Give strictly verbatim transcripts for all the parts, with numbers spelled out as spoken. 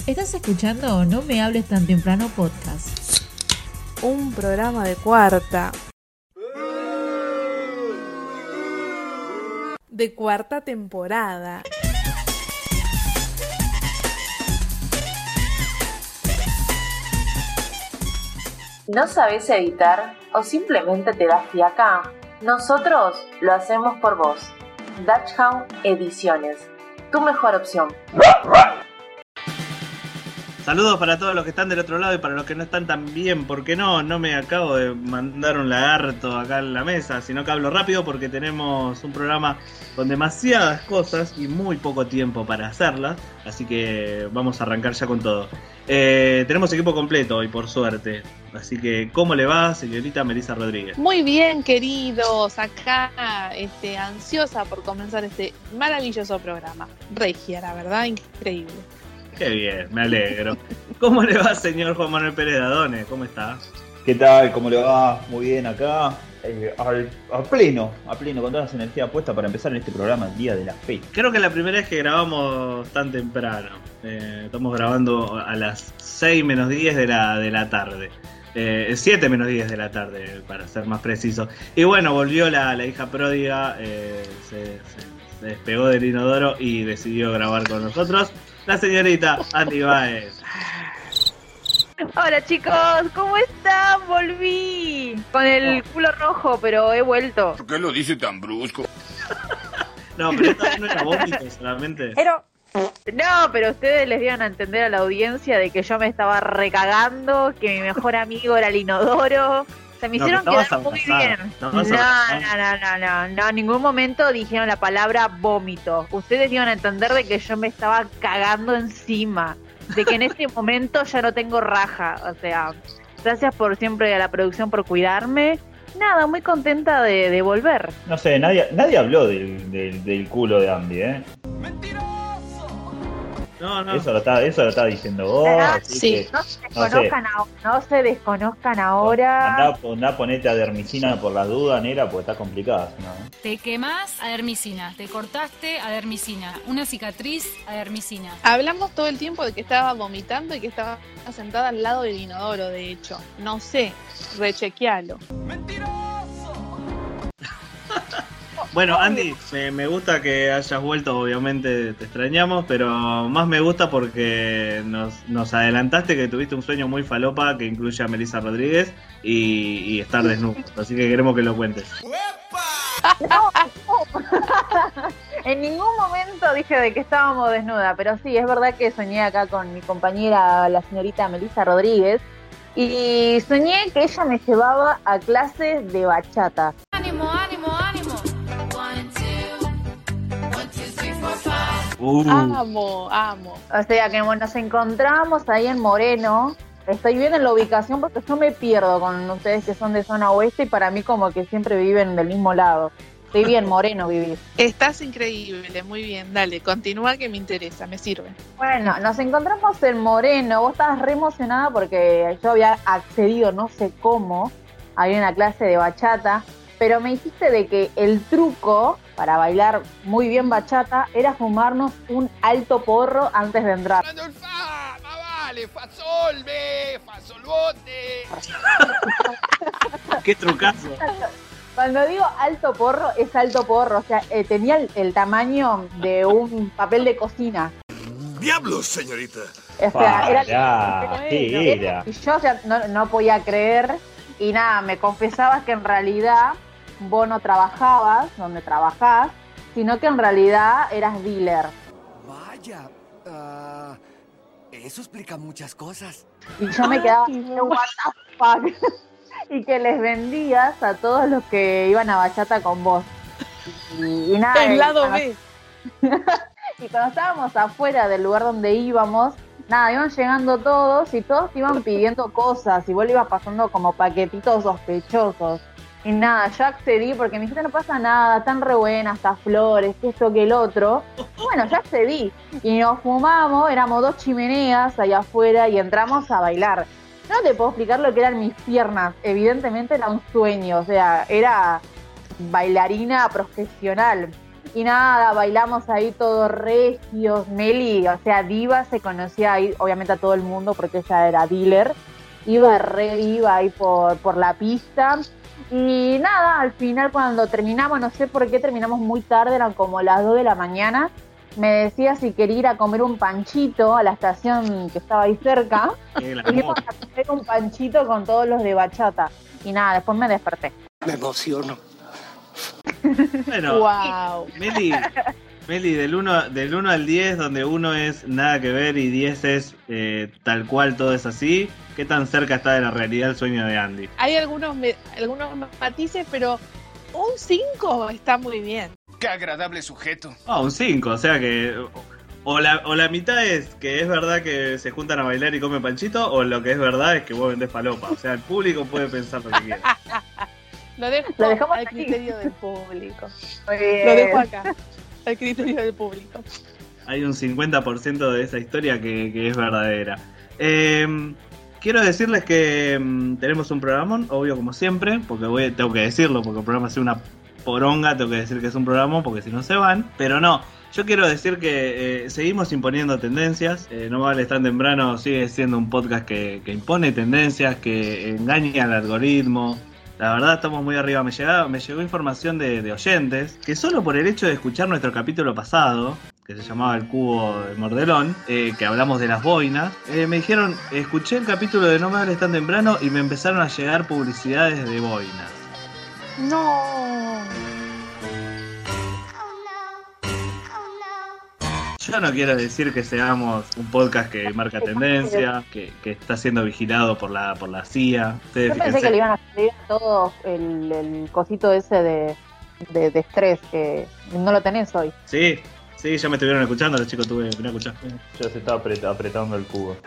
Estás escuchando No Me Hables Tan Temprano Podcast. Un programa de cuarta. De cuarta temporada. ¿No sabes editar o simplemente te das fiaca? Nosotros lo hacemos por vos. Dachshund Ediciones, tu mejor opción. Saludos para todos los que están del otro lado y para los que no están tan bien, porque no, no me acabo de mandar un lagarto acá en la mesa, sino que hablo rápido porque tenemos un programa con demasiadas cosas y muy poco tiempo para hacerlas, así que vamos a arrancar ya con todo. Eh, tenemos equipo completo hoy, por suerte, así que ¿cómo le va, señorita Melissa Rodríguez? Muy bien, queridos, acá este, ansiosa por comenzar este maravilloso programa. Regia, la verdad, increíble. Qué bien, me alegro. ¿Cómo le va, señor Juan Manuel Pérez Dadone? ¿Cómo está? ¿Qué tal? ¿Cómo le va? Muy bien acá. Eh, al, a pleno, a pleno, con todas las energías puestas para empezar en este programa el día de la fecha. Creo que la primera vez que grabamos tan temprano. Eh, estamos grabando a las seis menos diez de la, de la tarde. Eh, siete menos diez de la tarde, para ser más preciso. Y bueno, volvió la, la hija pródiga, eh, se, se, se despegó del inodoro y decidió grabar con nosotros. La señorita Andy Baez. Hola chicos, ¿cómo están? Volví con el culo rojo, pero he vuelto. ¿Por qué lo dice tan brusco? No, pero esto no era vómito solamente. Pero... No, pero ustedes les dieron a entender a la audiencia de que yo me estaba recagando, que mi mejor amigo era el inodoro. O sea, me hicieron no, quedar muy bien. No, no, no, no, no, no, en ningún momento dijeron la palabra vómito. Ustedes dieron a entender de que yo me estaba cagando encima, de que en este momento ya no tengo raja. O sea, gracias por siempre a la producción por cuidarme. Nada, muy contenta de, de volver. No sé, nadie, nadie habló del, del, del culo de Andy, ¿eh? ¡Mentira! No, no. Eso lo está, eso lo está diciendo vos. Ah, así sí. que, no, se desconozcan no, sé. a, no se desconozcan ahora. Andá, andá ponete adermicina por las dudas, nera, porque está complicada. ¿No? Te quemás, adermicina. Te cortaste, adermicina. Una cicatriz, adermicina. Hablamos todo el tiempo de que estaba vomitando y que estaba sentada al lado del inodoro, de hecho. No sé, rechequealo. ¡Mentiroso! Bueno, Andy, me, me gusta que hayas vuelto, obviamente te extrañamos, pero más me gusta porque nos, nos adelantaste que tuviste un sueño muy falopa que incluye a Melissa Rodríguez y, y estar desnudo, así que queremos que lo cuentes. No, no. En ningún momento dije de que estábamos desnuda, pero sí, es verdad que soñé acá con mi compañera, la señorita Melissa Rodríguez, y soñé que ella me llevaba a clases de bachata. ¡Ánimo, ánimo, ánimo! Uh. Amo, amo. O sea que nos encontramos ahí en Moreno. Estoy bien en la ubicación porque yo me pierdo con ustedes que son de zona oeste y para mí como que siempre viven del mismo lado. Estoy bien, Moreno vivís. Estás increíble, muy bien. Dale, continúa que me interesa, me sirve. Bueno, nos encontramos en Moreno. Vos estabas re emocionada porque yo había accedido, no sé cómo, a ir a una clase de bachata. Pero me dijiste de que el truco para bailar muy bien bachata era fumarnos un alto porro antes de entrar. Vale, fasolve, fasolbote. ¡Qué trucazo! Cuando digo alto porro, es alto porro. O sea, eh, tenía el, el tamaño de un papel de cocina. ¡Diablos, señorita! O sea, Para, era... ¿qué era? Y yo, o sea, no, no podía creer. Y nada, me confesabas que en realidad vos no trabajabas donde trabajás, sino que en realidad eras dealer. Vaya, uh, eso explica muchas cosas. Y yo me quedaba, what the fuck, y que les vendías a todos los que iban a bachata con vos. Y, y nada. El lado cuando, B. y cuando estábamos afuera del lugar donde íbamos, nada, iban llegando todos y todos iban pidiendo cosas y vos le ibas pasando como paquetitos sospechosos. Y nada, yo accedí porque me dijiste no pasa nada, están re buenas, hasta flores, que esto, que el otro. Bueno, ya accedí. Y nos fumamos, éramos dos chimeneas allá afuera y entramos a bailar. No te puedo explicar lo que eran mis piernas. Evidentemente era un sueño, o sea, era bailarina profesional. Y nada, bailamos ahí todos regios. Meli, o sea, diva, se conocía ahí, obviamente a todo el mundo porque ella era dealer. Iba re diva ahí por, por la pista. Y nada, al final cuando terminamos, no sé por qué terminamos muy tarde, eran como las dos de la mañana. Me decía si quería ir a comer un panchito a la estación que estaba ahí cerca. Y fuimos a comer un panchito con todos los de bachata. Y nada, después me desperté. Me emociono. Bueno, Wow. Meli, Meli, del uno del uno al diez, donde uno es nada que ver y diez es eh, tal cual, todo es así, ¿qué tan cerca está de la realidad el sueño de Andy? Hay algunos, me- algunos matices, pero un cinco está muy bien. Qué agradable sujeto. Ah, un cinco, o sea que... O la, o la mitad es que es verdad que se juntan a bailar y comen panchito, o lo que es verdad es que vos vendés falopa. O sea, el público puede pensar lo que quiera. Lo dejo Lo dejamos al aquí. criterio del público. Muy bien. Lo dejo acá, al criterio del público. Hay un cincuenta por ciento de esa historia que, que es verdadera. Eh, quiero decirles que mm, tenemos un programón, obvio como siempre, porque voy, tengo que decirlo, porque el programa es una poronga, tengo que decir que es un programón, porque si no se van. Pero no, yo quiero decir que eh, seguimos imponiendo tendencias. Eh, No Vale Tan Temprano sigue siendo un podcast que, que impone tendencias, que engaña al algoritmo. La verdad estamos muy arriba. Me, llegaba, me llegó información de, de oyentes que solo por el hecho de escuchar nuestro capítulo pasado, que se llamaba El Cubo de Mordelón, eh, que hablamos de las boinas, eh, me dijeron, escuché el capítulo de No Me Hables Tan Temprano y me empezaron a llegar publicidades de boinas. No. Yo no quiero decir que seamos un podcast que marca tendencia, que, que está siendo vigilado por la por la C I A. Ustedes Yo pensé fíjense. que le iban a salir a todos el, el cosito ese de, de, de estrés, que no lo tenés hoy. Sí, sí, ya me estuvieron escuchando, los chicos tuve que escuchar. Ya se está apret- apretando el cubo.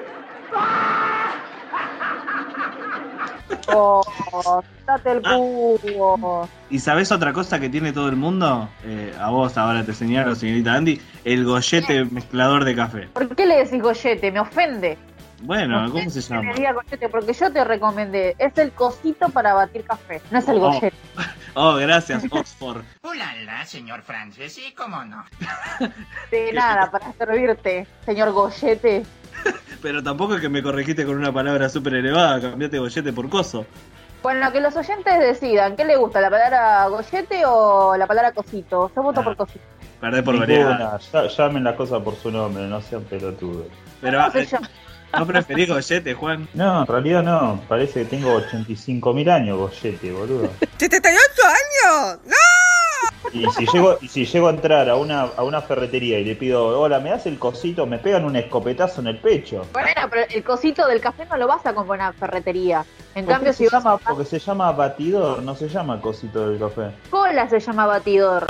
Oh, date el Ah. cubo. ¿Y sabés otra cosa que tiene todo el mundo? Eh, a vos ahora te señalo, señorita Andy, el gollete mezclador de café. ¿Por qué le decís gollete? Me ofende. Bueno, ¿cómo se Que le llama? diga gollete, porque yo te recomendé. Es el cosito para batir café, no es el Oh. gollete. Oh, gracias, Oxford. Ulala, señor Francis, ¿y cómo no? De nada, para servirte, señor gollete. Pero tampoco es que me corregiste con una palabra súper elevada, cambiate gollete por coso. Bueno, que los oyentes decidan, ¿qué les gusta? ¿La palabra gollete o la palabra cosito? Yo voto Ah. por cosito. Perdés por variedad. Ninguna, ya- llamen las cosas por su nombre, no sean pelotudos. Pero ¿Cómo se eh, llama? ¿no preferís gollete, Juan? No, en realidad no, parece que tengo ochenta y cinco mil años, gollete, boludo. ¡setenta y ocho años! ¡No! Y si llego, y si llego a entrar a una, a una ferretería y le pido, hola, ¿me das el cosito? Me pegan un escopetazo en el pecho. Bueno, pero el cosito del café no lo vas a comprar en una ferretería. En ¿Por cambio, qué si se vas llama- a porque se llama batidor, no se llama cosito del café. cola se llama batidor.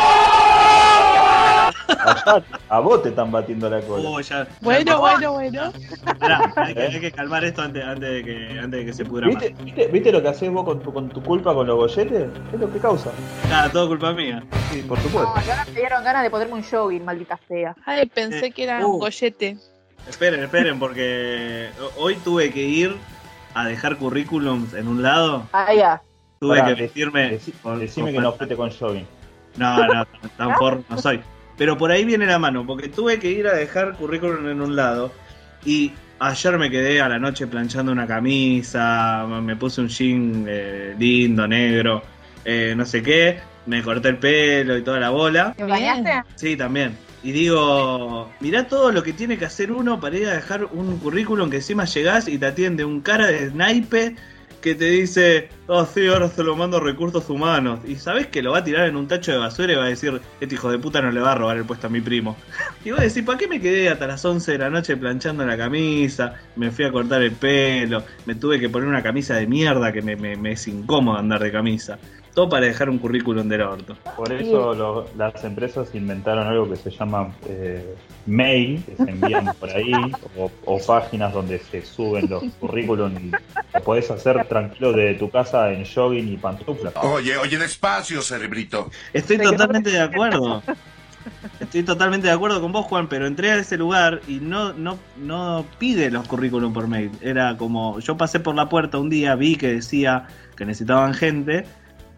Allá, a vos te están batiendo la cola. Oh, ya. Bueno, bueno, bueno. Pará, hay, que, hay que calmar esto antes, antes, de, que, antes de que se pudra más. ¿Viste, viste, viste lo que haces vos con tu, con tu culpa con los golletes? Es lo que causa. Nada, todo culpa mía. Sí, por supuesto. No, y ahora me dieron ganas de ponerme un jogging, maldita sea. Ay, pensé Eh, que era uh. un gollete. Esperen, esperen, porque hoy tuve que ir a dejar currículums en un lado. Ah, ya. Tuve Pará, que vestirme. Deci- con- decime con- que no fuiste con jogging. No, no, tan forro no soy. Pero por ahí viene la mano, porque tuve que ir a dejar currículum en un lado. Y ayer me quedé a la noche planchando una camisa, me puse un jean eh, lindo, negro, eh, no sé qué. Me corté el pelo y toda la bola. ¿Te bañaste? Sí, también. Y digo, mirá todo lo que tiene que hacer uno para ir a dejar un currículum que encima llegás y te atiende un cara de snipe que te dice, oh sí, ahora se lo mando a recursos humanos. Y sabés que lo va a tirar en un tacho de basura y va a decir, este hijo de puta no le va a robar el puesto a mi primo. Y vos decís, ¿para qué me quedé hasta las once de la noche planchando la camisa? Me fui a cortar el pelo, me tuve que poner una camisa de mierda que me, me, me es incómodo andar de camisa. Todo para dejar un currículum del orto. Por eso lo- las empresas inventaron algo que se llama eh, mail, que se envían por ahí, o, o páginas donde se suben los currículum y lo podés hacer tranquilo desde tu casa en jogging y pantufla. Oye, oye, despacio, cerebrito. Estoy totalmente de acuerdo. Estoy totalmente de acuerdo con vos, Juan, pero entré a ese lugar y no, no, no pide los currículum por mail. Era como, yo pasé por la puerta un día, vi que decía que necesitaban gente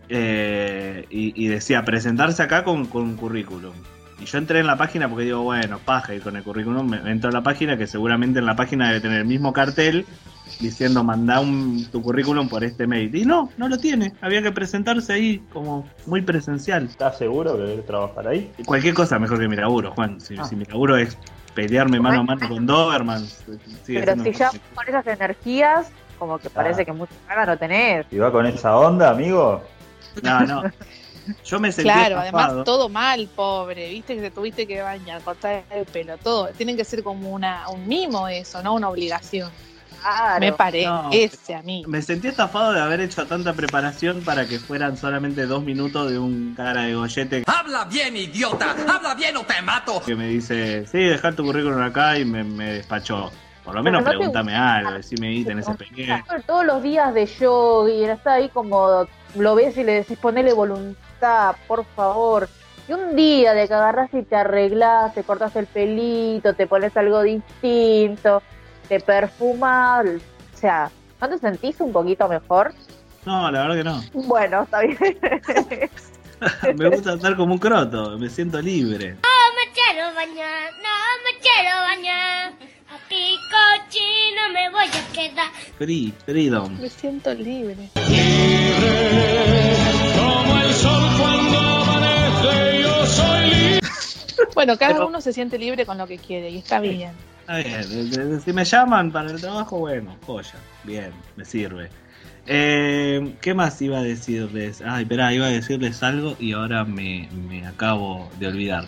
eh, y, y decía presentarse acá con, con un currículum. Y yo entré en la página porque digo, bueno, paja ir con el currículum. Me entro a la página, que seguramente en la página debe tener el mismo cartel diciendo mandá un, tu currículum por este mail. Y no, no lo tiene. Había que presentarse ahí como muy presencial. ¿Estás seguro que debes trabajar ahí? Cualquier cosa mejor que mi laburo, Juan. Si, ah. si mi laburo es pelearme mano a mano con Doberman. Pero si ya con esas energías, como que parece ah. que mucha ganas no tenés. ¿Y va con esa onda, amigo? No, no. Yo me sentí Claro, estafado. Además todo mal, pobre, viste que te tuviste que bañar, cortar el pelo, todo. Tienen que ser como una un mimo eso, no una obligación. Claro, me parece no, a mí. Me sentí estafado de haber hecho tanta preparación para que fueran solamente dos minutos de un cara de gollete. ¡Habla bien, idiota! ¡Habla bien o te mato! Que me dice, sí, dejá tu currículum acá y me, me despachó. Por lo menos no pregúntame algo, decime ahí, tenés experiencia. Todos los días de jogging, está ahí como lo ves y le decís, ponele voluntad, por favor. Y un día de que agarrás y te arreglás, te cortas el pelito, te pones algo distinto, te perfumas, o sea, ¿no te sentís un poquito mejor? No, la verdad que no. Bueno, está bien. Me gusta estar como un croto, me siento libre. No me quiero bañar, no me quiero bañar. A ti cochino me voy a quedar. Free, freedom. Me siento libre. Libre, como el sol cuando amanece, yo soy libre. Bueno, cada Pero, uno se siente libre con lo que quiere y está bien. Está bien, si me llaman para el trabajo, bueno, joya, bien, me sirve. Eh, ¿Qué más iba a decirles? Ay, espera, iba a decirles algo y ahora me, me acabo de olvidar.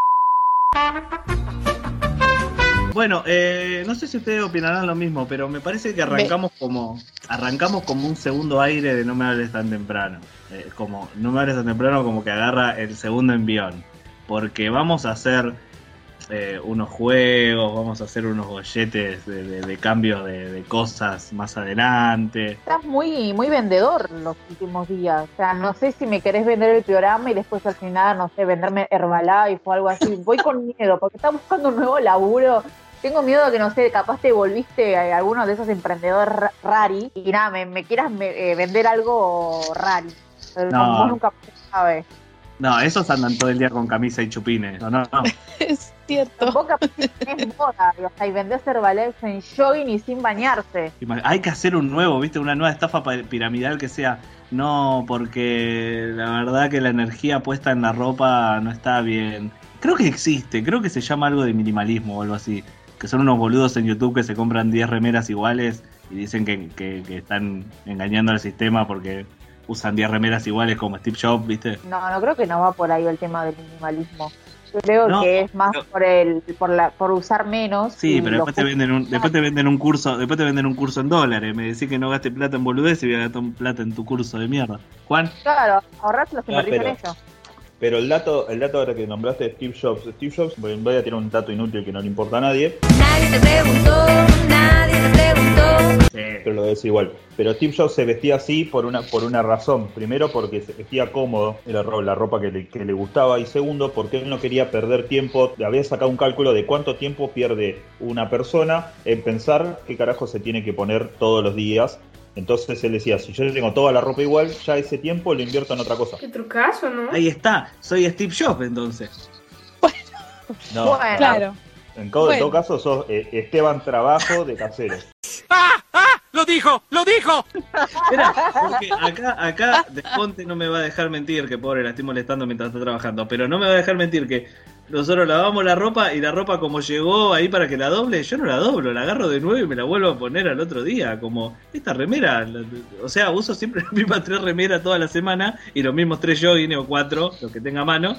Bueno, eh, no sé si ustedes opinarán lo mismo, pero me parece que arrancamos como arrancamos como un segundo aire de No me hables tan temprano. Eh, como No me hables tan temprano, como que agarra el segundo envión. Porque vamos a hacer eh, unos juegos, vamos a hacer unos golletes de, de, de cambios de, de cosas más adelante. Estás muy muy vendedor los últimos días. O sea, no sé si me querés vender el programa y después al final, no sé, venderme Herbalife o algo así. Voy con miedo porque estás buscando un nuevo laburo. Tengo miedo de que, no sé, capaz te volviste a alguno de esos emprendedores rari y nada, me, me quieras me, eh, vender algo rari. Pero no. Vos nunca sabes. No, esos andan todo el día con camisa y chupines, ¿o no? no. Es cierto. Vos capaz tenés moda, o sea, y vendés Herbalife en jogging y sin bañarse. Hay que hacer un nuevo, ¿viste? Una nueva estafa piramidal que sea, no, porque la verdad que la energía puesta en la ropa no está bien. Creo que existe, creo que se llama algo de minimalismo o algo así. Que son unos boludos en YouTube que se compran diez remeras iguales y dicen que, que, que están engañando al sistema porque usan diez remeras iguales como Steve Jobs, ¿viste? No, no creo que no va por ahí el tema del minimalismo. Yo creo no, que es más pero, por el por la por usar menos. Sí, pero después te venden un después te venden un curso, después te venden un curso en dólares. Me decís que no gastes plata en boludez y voy a gastar plata en tu curso de mierda. Juan. Claro, ahorrás los que no, invertís en ello. Pero el dato, el dato ahora que nombraste Steve Jobs, Steve Jobs, voy a tirar un dato inútil que no le importa a nadie. Nadie te preguntó, nadie te preguntó. Sí. Pero lo decía igual. Pero Steve Jobs se vestía así por una por una razón. Primero porque se vestía cómodo, era la ropa que le, que le gustaba. Y segundo porque él no quería perder tiempo. Había sacado un cálculo de cuánto tiempo pierde una persona en pensar qué carajo se tiene que poner todos los días. Entonces él decía, si yo tengo toda la ropa igual, ya ese tiempo lo invierto en otra cosa. Qué trucazo, ¿no? Ahí está, soy Steve Jobs entonces. Bueno, no, bueno. Claro. En todo, bueno. todo caso sos eh, Esteban Trabajo de Casero. ¡Ah! ¡Ah! ¡Lo dijo! ¡Lo dijo! Espera, porque acá, acá Desponte no me va a dejar mentir, que pobre, la estoy molestando mientras está trabajando, pero no me va a dejar mentir que nosotros lavamos la ropa y la ropa como llegó ahí para que la doble, yo no la doblo, la agarro de nuevo y me la vuelvo a poner al otro día, como esta remera, o sea, uso siempre las mismas tres remeras toda la semana y los mismos tres joggings o cuatro, los que tenga a mano,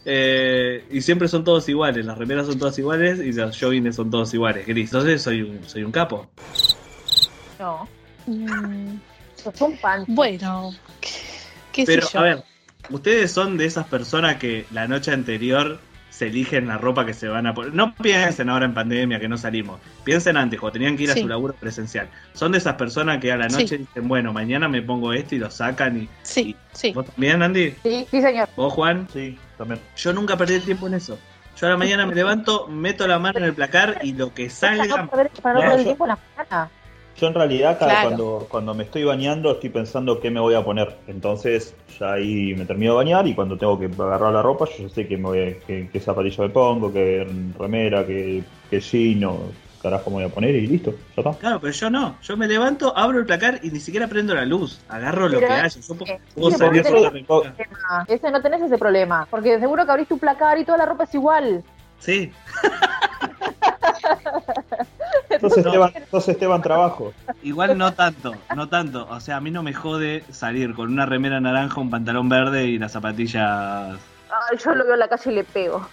eh, y siempre son todos iguales, las remeras son todas iguales y los joggings son todos iguales, gris, entonces soy un, soy un capo. No, mm, sos un pan. Bueno, qué Pero, sé yo. a ver, ustedes son de esas personas que la noche anterior se eligen la ropa que se van a poner. No piensen ahora en pandemia que no salimos. Piensen antes, cuando tenían que ir a sí. su laburo presencial. Son de esas personas que a la noche sí. dicen, bueno, mañana me pongo esto y lo sacan y... Sí, y... sí. ¿Vos también, Andy? Sí, sí, señor. ¿Vos, Juan? Sí, también. Yo nunca perdí el tiempo en eso. Yo a la mañana me levanto, meto la mano en el placar y lo que salga... No, para no perder el tiempo en la mañana. Yo en realidad cada, Claro. cuando, cuando me estoy bañando estoy pensando qué me voy a poner. Entonces ya ahí me termino de bañar y cuando tengo que agarrar la ropa yo ya sé qué, me voy a- qué, qué zapatilla me pongo, qué remera, qué, qué jean o carajo me voy a poner y listo, ya está. Claro, pero yo no. Yo me levanto, abro el placar y ni siquiera prendo la luz. Agarro lo Pero que es- haya. Yo puedo, eh, puedo sí, salir pero solo tenés de mi casa. problema. Ese no tenés ese problema. Porque seguro que abrís tu placar y toda la ropa es igual. Sí. Sos Esteban, sos Esteban Trabajo. Igual no tanto, no tanto. O sea, a mí no me jode salir con una remera naranja, un pantalón verde y las zapatillas Ay, yo lo veo en la calle y le pego.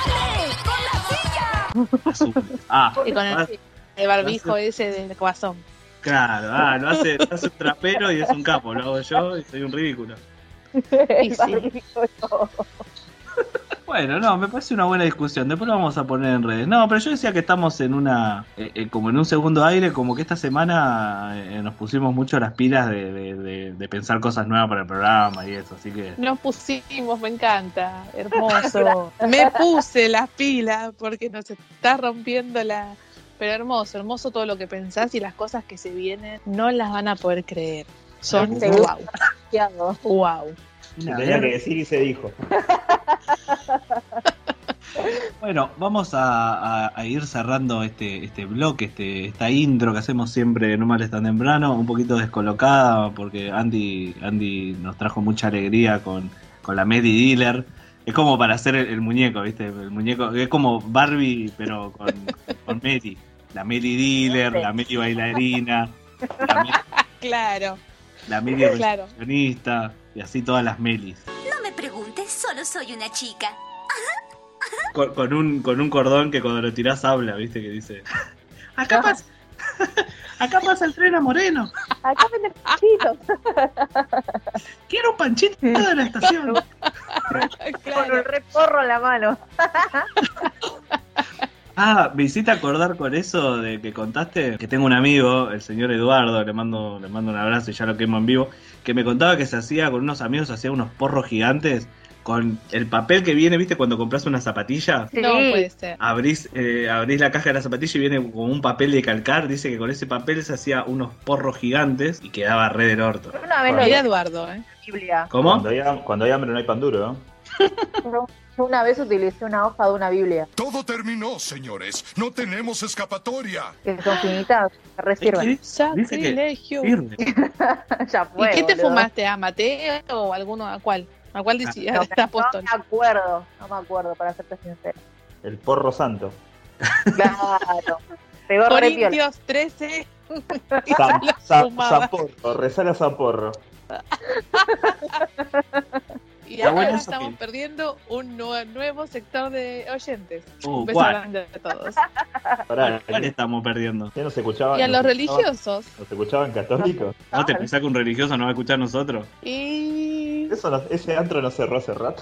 azules. Ah, Y con ah, el, el barbijo ese del guasón. claro, ah, lo hace, lo hace un trapero y es un capo. Lo hago yo y soy un ridículo. Y sí. Bueno, no, me parece una buena discusión. Después lo vamos a poner en redes. No, pero yo decía que estamos en una, eh, eh, como en un segundo aire, como que esta semana eh, nos pusimos mucho las pilas de, de, de, de pensar cosas nuevas para el programa y eso, así que... Nos pusimos, me encanta, hermoso. Me puse las pilas porque nos está rompiendo la... Pero hermoso, hermoso todo lo que pensás y las cosas que se vienen no las van a poder creer. Son Sí. wow, wow. Se tenía que decir y se dijo. Bueno, vamos a, a- a ir cerrando este este bloque, este esta intro que hacemos siempre en Un Mal Tan Temprano, un poquito descolocada porque Andy Andy nos trajo mucha alegría con, con la Medi Dealer. Es como para hacer el, el muñeco, ¿viste? El muñeco es como Barbie, pero con, con Medi. La Medi Dealer, la Medi bailarina, la Medi, Claro, la Medi Claro. recepcionista y así todas las Melis. No me preguntes, solo soy una chica. Con, con un con un cordón que cuando lo tirás habla, ¿viste? Que dice... Acá pasa, acá pasa el tren a Moreno. Acá venden panchitos. Quiero un panchito de la estación. Con un reporro en la mano. Ah, me hiciste acordar con eso de que contaste que tengo un amigo, el señor Eduardo, le mando, le mando un abrazo y ya lo quemo en vivo, que me contaba que se hacía con unos amigos, hacía unos porros gigantes con el papel que viene, ¿viste? Cuando compras una zapatilla, no puede ser. abrís, eh, abrís la caja de la zapatilla y viene con un papel de calcar, dice que con ese papel se hacía unos porros gigantes y quedaba re del orto. Una vez lo Mira vi Eduardo, ¿eh? en la Biblia. ¿Cómo? Cuando hay, ham- cuando hay hambre no hay pan duro, ¿no? Yo yo una vez utilicé una hoja de una Biblia. Todo terminó, señores. No tenemos escapatoria. Que son finitas, que re sirven. Dice que Sacrilegio. sirve. Ya fue, ¿Y qué te boludo. fumaste? ¿A Mateo o alguno? ¿A cuál? ¿A cuál No, decía no, este apóstol? me acuerdo, no me acuerdo, para serte sincero. El porro santo. Claro. Pegó re piola. Corintios trece. San, Lo San- fumaba. San Porro, rezar a San Porro. Y Está ahora bueno eso estamos que- perdiendo un nu- nuevo sector de oyentes. Uh, Un beso ¿cuál? grande a todos. Pará, ¿Cuál estamos perdiendo? ¿qué nos escuchaban? Y a ¿Nos los escuchaban- religiosos. ¿Nos escuchaban católicos? ¿No te pensás que un religioso no va a escuchar a nosotros? Y Eso no- ese antro no cerró hace rato.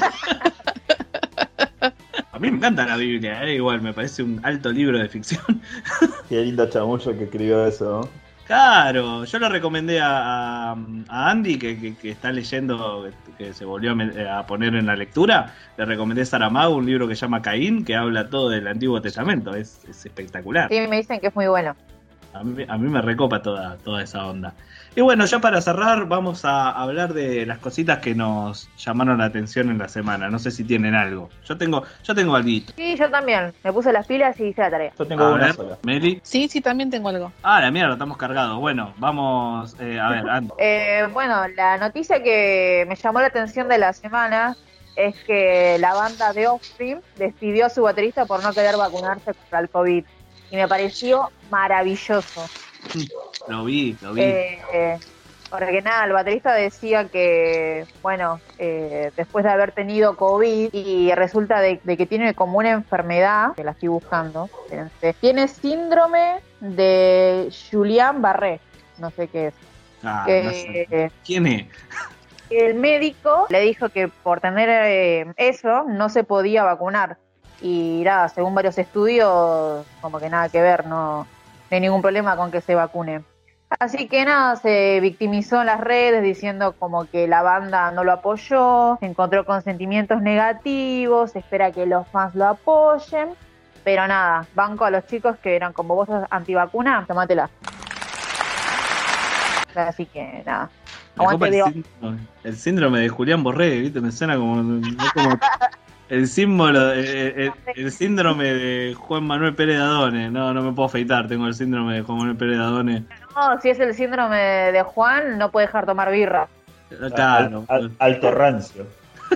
A mí me encanta la Biblia, eh, igual, me parece un alto libro de ficción. Qué lindo chamullo que escribió eso, ¿no? Claro, yo lo recomendé a, a- a Andy, que, que- que está leyendo, que se volvió a, me- a poner en la lectura. Le recomendé Saramago, un libro que se llama Caín, que habla todo del Antiguo Testamento. Es, es espectacular. Sí, me dicen que es muy bueno. A mí, a mí me recopa toda, toda esa onda. Y bueno, ya para cerrar, vamos a hablar de las cositas que nos llamaron la atención en la semana. No sé si tienen algo. Yo tengo, yo tengo algo. Sí, yo también. Me puse las pilas y hice la tarea. Yo tengo A una ver, sola. Meli. sí, sí, también tengo algo. Ah, la mierda, estamos cargados. Bueno, vamos eh, a ver, Andy. Eh, bueno, la noticia que me llamó la atención de la semana es que la banda The Offspring despidió a su baterista por no querer vacunarse contra el COVID. Y me pareció maravilloso. Lo vi, lo vi. Eh, eh, porque nada, el baterista decía que, bueno, eh, después de haber tenido COVID y resulta de, de que tiene como una enfermedad, que la estoy buscando, espérense, tiene síndrome de Guillain-Barré, no sé qué es. Ah, que, no sé. ¿Quién es? El médico le dijo que por tener eh, eso no se podía vacunar. Y nada, según varios estudios, como que nada que ver, no, no hay ningún problema con que se vacune. Así que nada, se victimizó en las redes diciendo como que la banda no lo apoyó, se encontró con sentimientos negativos, espera que los fans lo apoyen, pero nada, banco a los chicos que eran como vos sos antivacuna, tomátela. Así que nada. Me Aguante, copa el, Diego. síndrome, el síndrome de Julián Borré, ¿viste? Me suena como, es como el símbolo, el, el, el síndrome de Juan Manuel Pérez Adone. No, no me puedo afeitar, tengo el síndrome de Juan Manuel Pérez Adone. No, si es el síndrome de Juan, no puede dejar tomar birra. Claro. Al, al, alto rancio.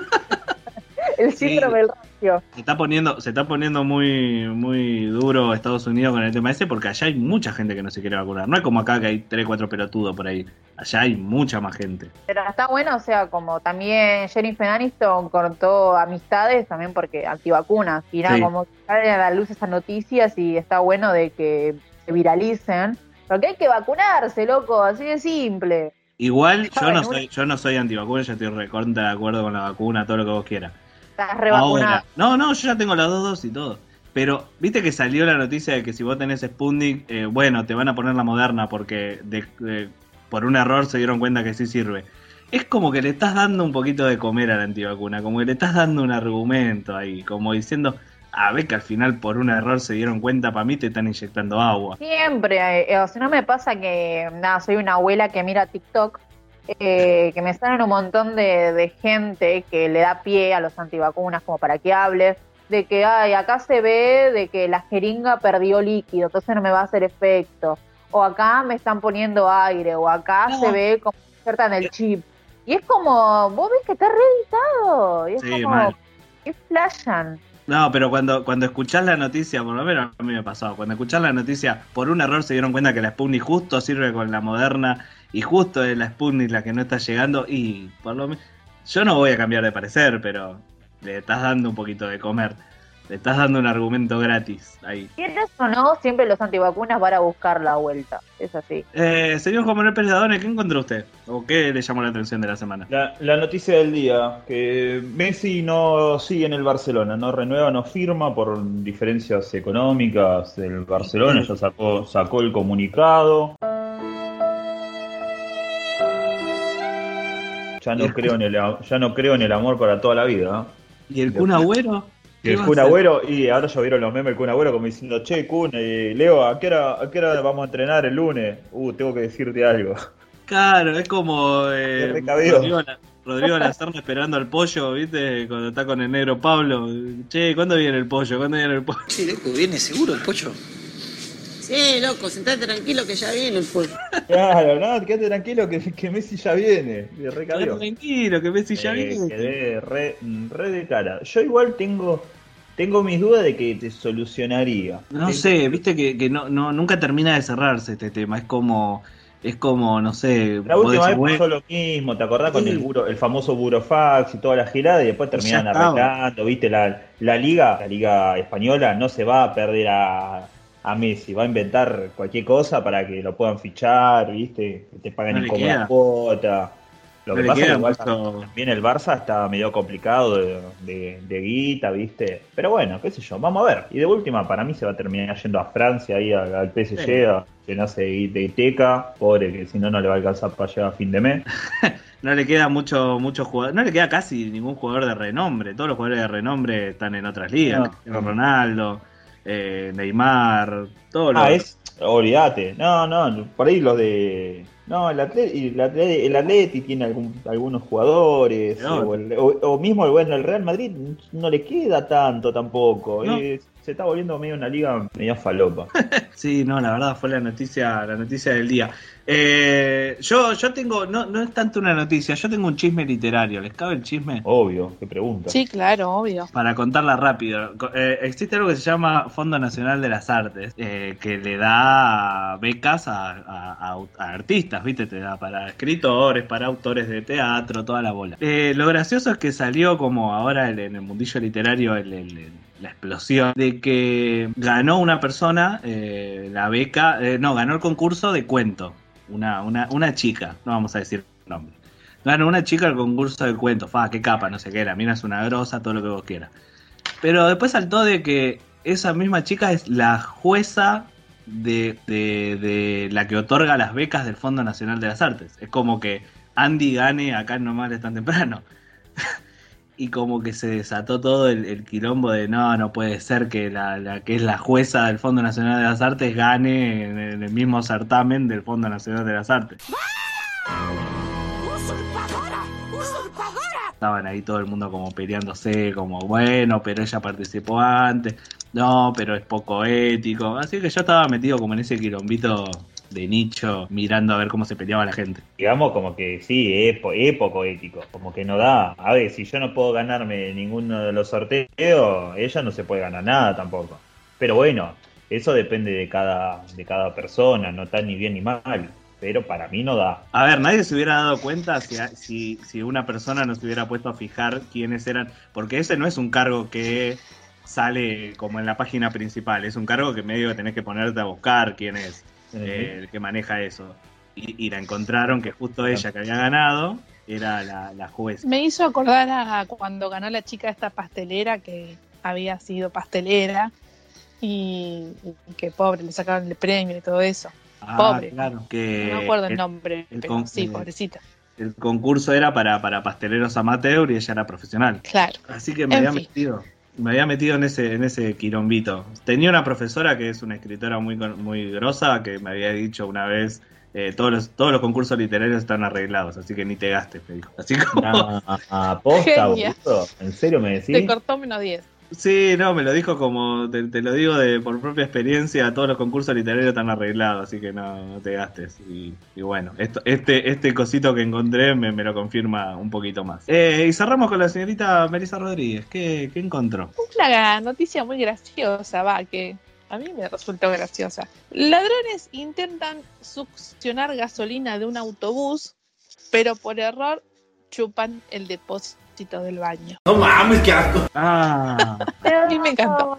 El síndrome Sí. del rancio. Se está poniendo, se está poniendo muy, muy duro Estados Unidos con el tema ese, porque allá hay mucha gente que no se quiere vacunar. No es como acá que hay tres, cuatro pelotudos por ahí. Allá hay mucha más gente. Pero está bueno, o sea, como también Jennifer Aniston cortó amistades también porque antivacunas. Y nada, Sí. como que salen a la luz esas noticias y está bueno de que se viralicen. Porque hay que vacunarse, loco, así de simple. Igual yo no Bueno, soy, yo no soy antivacuna, yo estoy recontra de acuerdo con la vacuna, todo lo que vos quieras. Estás revacunado. Ahora, no, no, yo ya tengo las dos dosis y todo. Pero, viste que salió la noticia de que si vos tenés Sputnik, eh, bueno, te van a poner la Moderna porque de, de- por un error se dieron cuenta que sí sirve. Es como que le estás dando un poquito de comer a la antivacuna, como que le estás dando un argumento ahí, como diciendo, a ver que al final por un error se dieron cuenta, para mí te están inyectando agua. Siempre, eh, o sea, no me pasa que, nada, soy una abuela que mira TikTok, eh, que me salen un montón de, de gente que le da pie a los antivacunas como para que hables, de que, ay, acá se ve de que la jeringa perdió líquido, entonces no me va a hacer efecto, o acá me están poniendo aire, o acá No. se ve como insertan el chip, y es como, vos ves que está reeditado, y es Sí, como, mal. ¿qué flashan? No, pero cuando, cuando escuchás la noticia, por lo menos a mí me pasó, cuando escuchás la noticia, por un error se dieron cuenta que la Sputnik justo sirve con la Moderna y justo es la Sputnik la que no está llegando y por lo menos yo no voy a cambiar de parecer, pero le estás dando un poquito de comer, le estás dando un argumento gratis ahí. ¿Quieres o no? Siempre los antivacunas van a buscar la vuelta, es así. Eh, señor Juan Manuel Pérez Adone, ¿qué encontró usted? ¿O qué le llamó la atención de la semana? La, la noticia del día, que Messi no sigue en el Barcelona, no renueva, no firma por diferencias económicas del Barcelona, ya sacó, sacó el comunicado. Ya no creo en el ya no creo en el amor para toda la vida. ¿eh? ¿Y el Kun Agüero? Y el Kun Agüero, y ahora ya vieron los memes del Kun Agüero como diciendo, che, Kun, eh, Leo, ¿a qué, hora, ¿a qué hora vamos a entrenar el lunes? Uh, tengo que decirte algo. Claro, es como eh, Qué recabido. Rodrigo, Rodrigo Lazarno esperando al pollo, ¿viste? Cuando está con el negro Pablo. Che, ¿cuándo viene el pollo? ¿Cuándo viene el pollo? Sí, loco, viene seguro el pollo. Sí, loco, sentate tranquilo que ya viene el pollo. Claro, no, quédate tranquilo que, que Messi ya viene. Y recabió. Quédate tranquilo, que Messi ya Eh, viene. Quedé re, re de cara. Yo igual tengo tengo mis dudas de que te solucionaría. No Eh, sé, viste que, que no, no nunca termina de cerrarse este tema. Es como, es como, no sé. La vos última decís, vez pasó bueno, lo mismo, ¿te acordás con Sí. el buro, el famoso burofax y toda la girada? Y después terminan Ya estaba. arrancando, ¿viste? La, la liga, la liga española no se va a perder a, a Messi, va a inventar cualquier cosa para que lo puedan fichar, ¿viste? Que te paguen No en le cómoda queda. cuota. Lo No que le pasa es queda que igual mucho. también el Barça está medio complicado de, de, de guita, ¿viste? Pero bueno, qué sé yo, vamos a ver. Y de última, para mí se va a terminar yendo a Francia, ahí al, al P S G, Sí. a llenarse de, de teca, pobre, que si no, no le va a alcanzar para llegar a fin de mes. no le queda mucho, mucho jugador, no le queda casi ningún jugador de renombre. Todos los jugadores de renombre están en otras ligas. No. Cristiano Ronaldo, eh, Neymar, todos los. Ah, es, olvídate, no, no, por ahí los de... No, el Atleti, el Atleti, el Atleti tiene algún, algunos jugadores, No. o, el- o- o mismo el bueno, el Real Madrid no le queda tanto tampoco, No. es- se está volviendo medio una liga medio falopa. Sí, no, la verdad fue la noticia, la noticia del día. Eh, yo, yo tengo, no, no es tanto una noticia, yo tengo un chisme literario. ¿Les cabe el chisme? Obvio, qué pregunta. Sí, claro, obvio. Para contarla rápido, co- eh, existe algo que se llama Fondo Nacional de las Artes, eh, que le da becas a, a- a au- a artistas, ¿viste? Te da para escritores, para autores de teatro, toda la bola. Eh, lo gracioso es que salió como ahora en, en el mundillo literario el- el- el- la explosión de que ganó una persona eh, la beca, eh, no, ganó el concurso de cuento, una, una, una chica, no vamos a decir nombre. Ganó una chica el concurso de cuento, fa, qué capa, no sé qué, la mina es una grosa, todo lo que vos quieras. Pero después saltó de que esa misma chica es la jueza de, de, de la que otorga las becas del Fondo Nacional de las Artes. Es como que Andy gane acá en No Males Tan Temprano. Y como que se desató todo el, el quilombo de no, no puede ser que la, la que es la jueza del Fondo Nacional de las Artes gane en, en el mismo certamen del Fondo Nacional de las Artes. ¡Usurpadora! ¡Usurpadora! Estaban ahí todo el mundo como peleándose, como bueno, pero ella participó antes, no, pero es poco ético. Así que yo estaba metido como en ese quilombito de nicho, mirando a ver cómo se peleaba la gente. Digamos como que sí, es, po- es poco ético, como que no da. A ver, si yo no puedo ganarme ninguno de los sorteos, ella no se puede ganar nada tampoco. Pero bueno, eso depende de cada, de cada persona, no está ni bien ni mal. Pero para mí no da. A ver, nadie se hubiera dado cuenta si, si, si una persona no se hubiera puesto a fijar quiénes eran, porque ese no es un cargo que sale como en la página principal, es un cargo que medio tenés que ponerte a buscar quién es uh-huh. eh, el que maneja eso. Y, y la encontraron que justo ella que había ganado era la, la jueza. Me hizo acordar a cuando ganó la chica esta pastelera que había sido pastelera y, y que pobre, le sacaron el premio y todo eso. Ah, pobre, claro, que no me acuerdo el, el nombre, el pero con, sí, el, pobrecita. El concurso era para, para pasteleros amateur y ella era profesional. Claro. Así que me en había fin. metido, me había metido en ese, en ese quilombito. Tenía una profesora que es una escritora muy, muy grosa que me había dicho una vez, eh, todos los, todos los concursos literarios están arreglados, así que ni te gastes, me dijo. Así como ah, ah, posta, boludo. ¿En serio me decís? Te cortó menos diez. Sí, no, me lo dijo como, te, te lo digo de por propia experiencia, todos los concursos literarios están arreglados, así que no, no te gastes. Y, y bueno, esto, este este cosito que encontré me, me lo confirma un poquito más. Eh, y cerramos con la señorita Melissa Rodríguez. ¿Qué, qué encontró? Una noticia muy graciosa, va, que a mí me resultó graciosa. Ladrones intentan succionar gasolina de un autobús, pero por error chupan el depósito del baño. No mames, qué asco. Ah, a mí me encantó.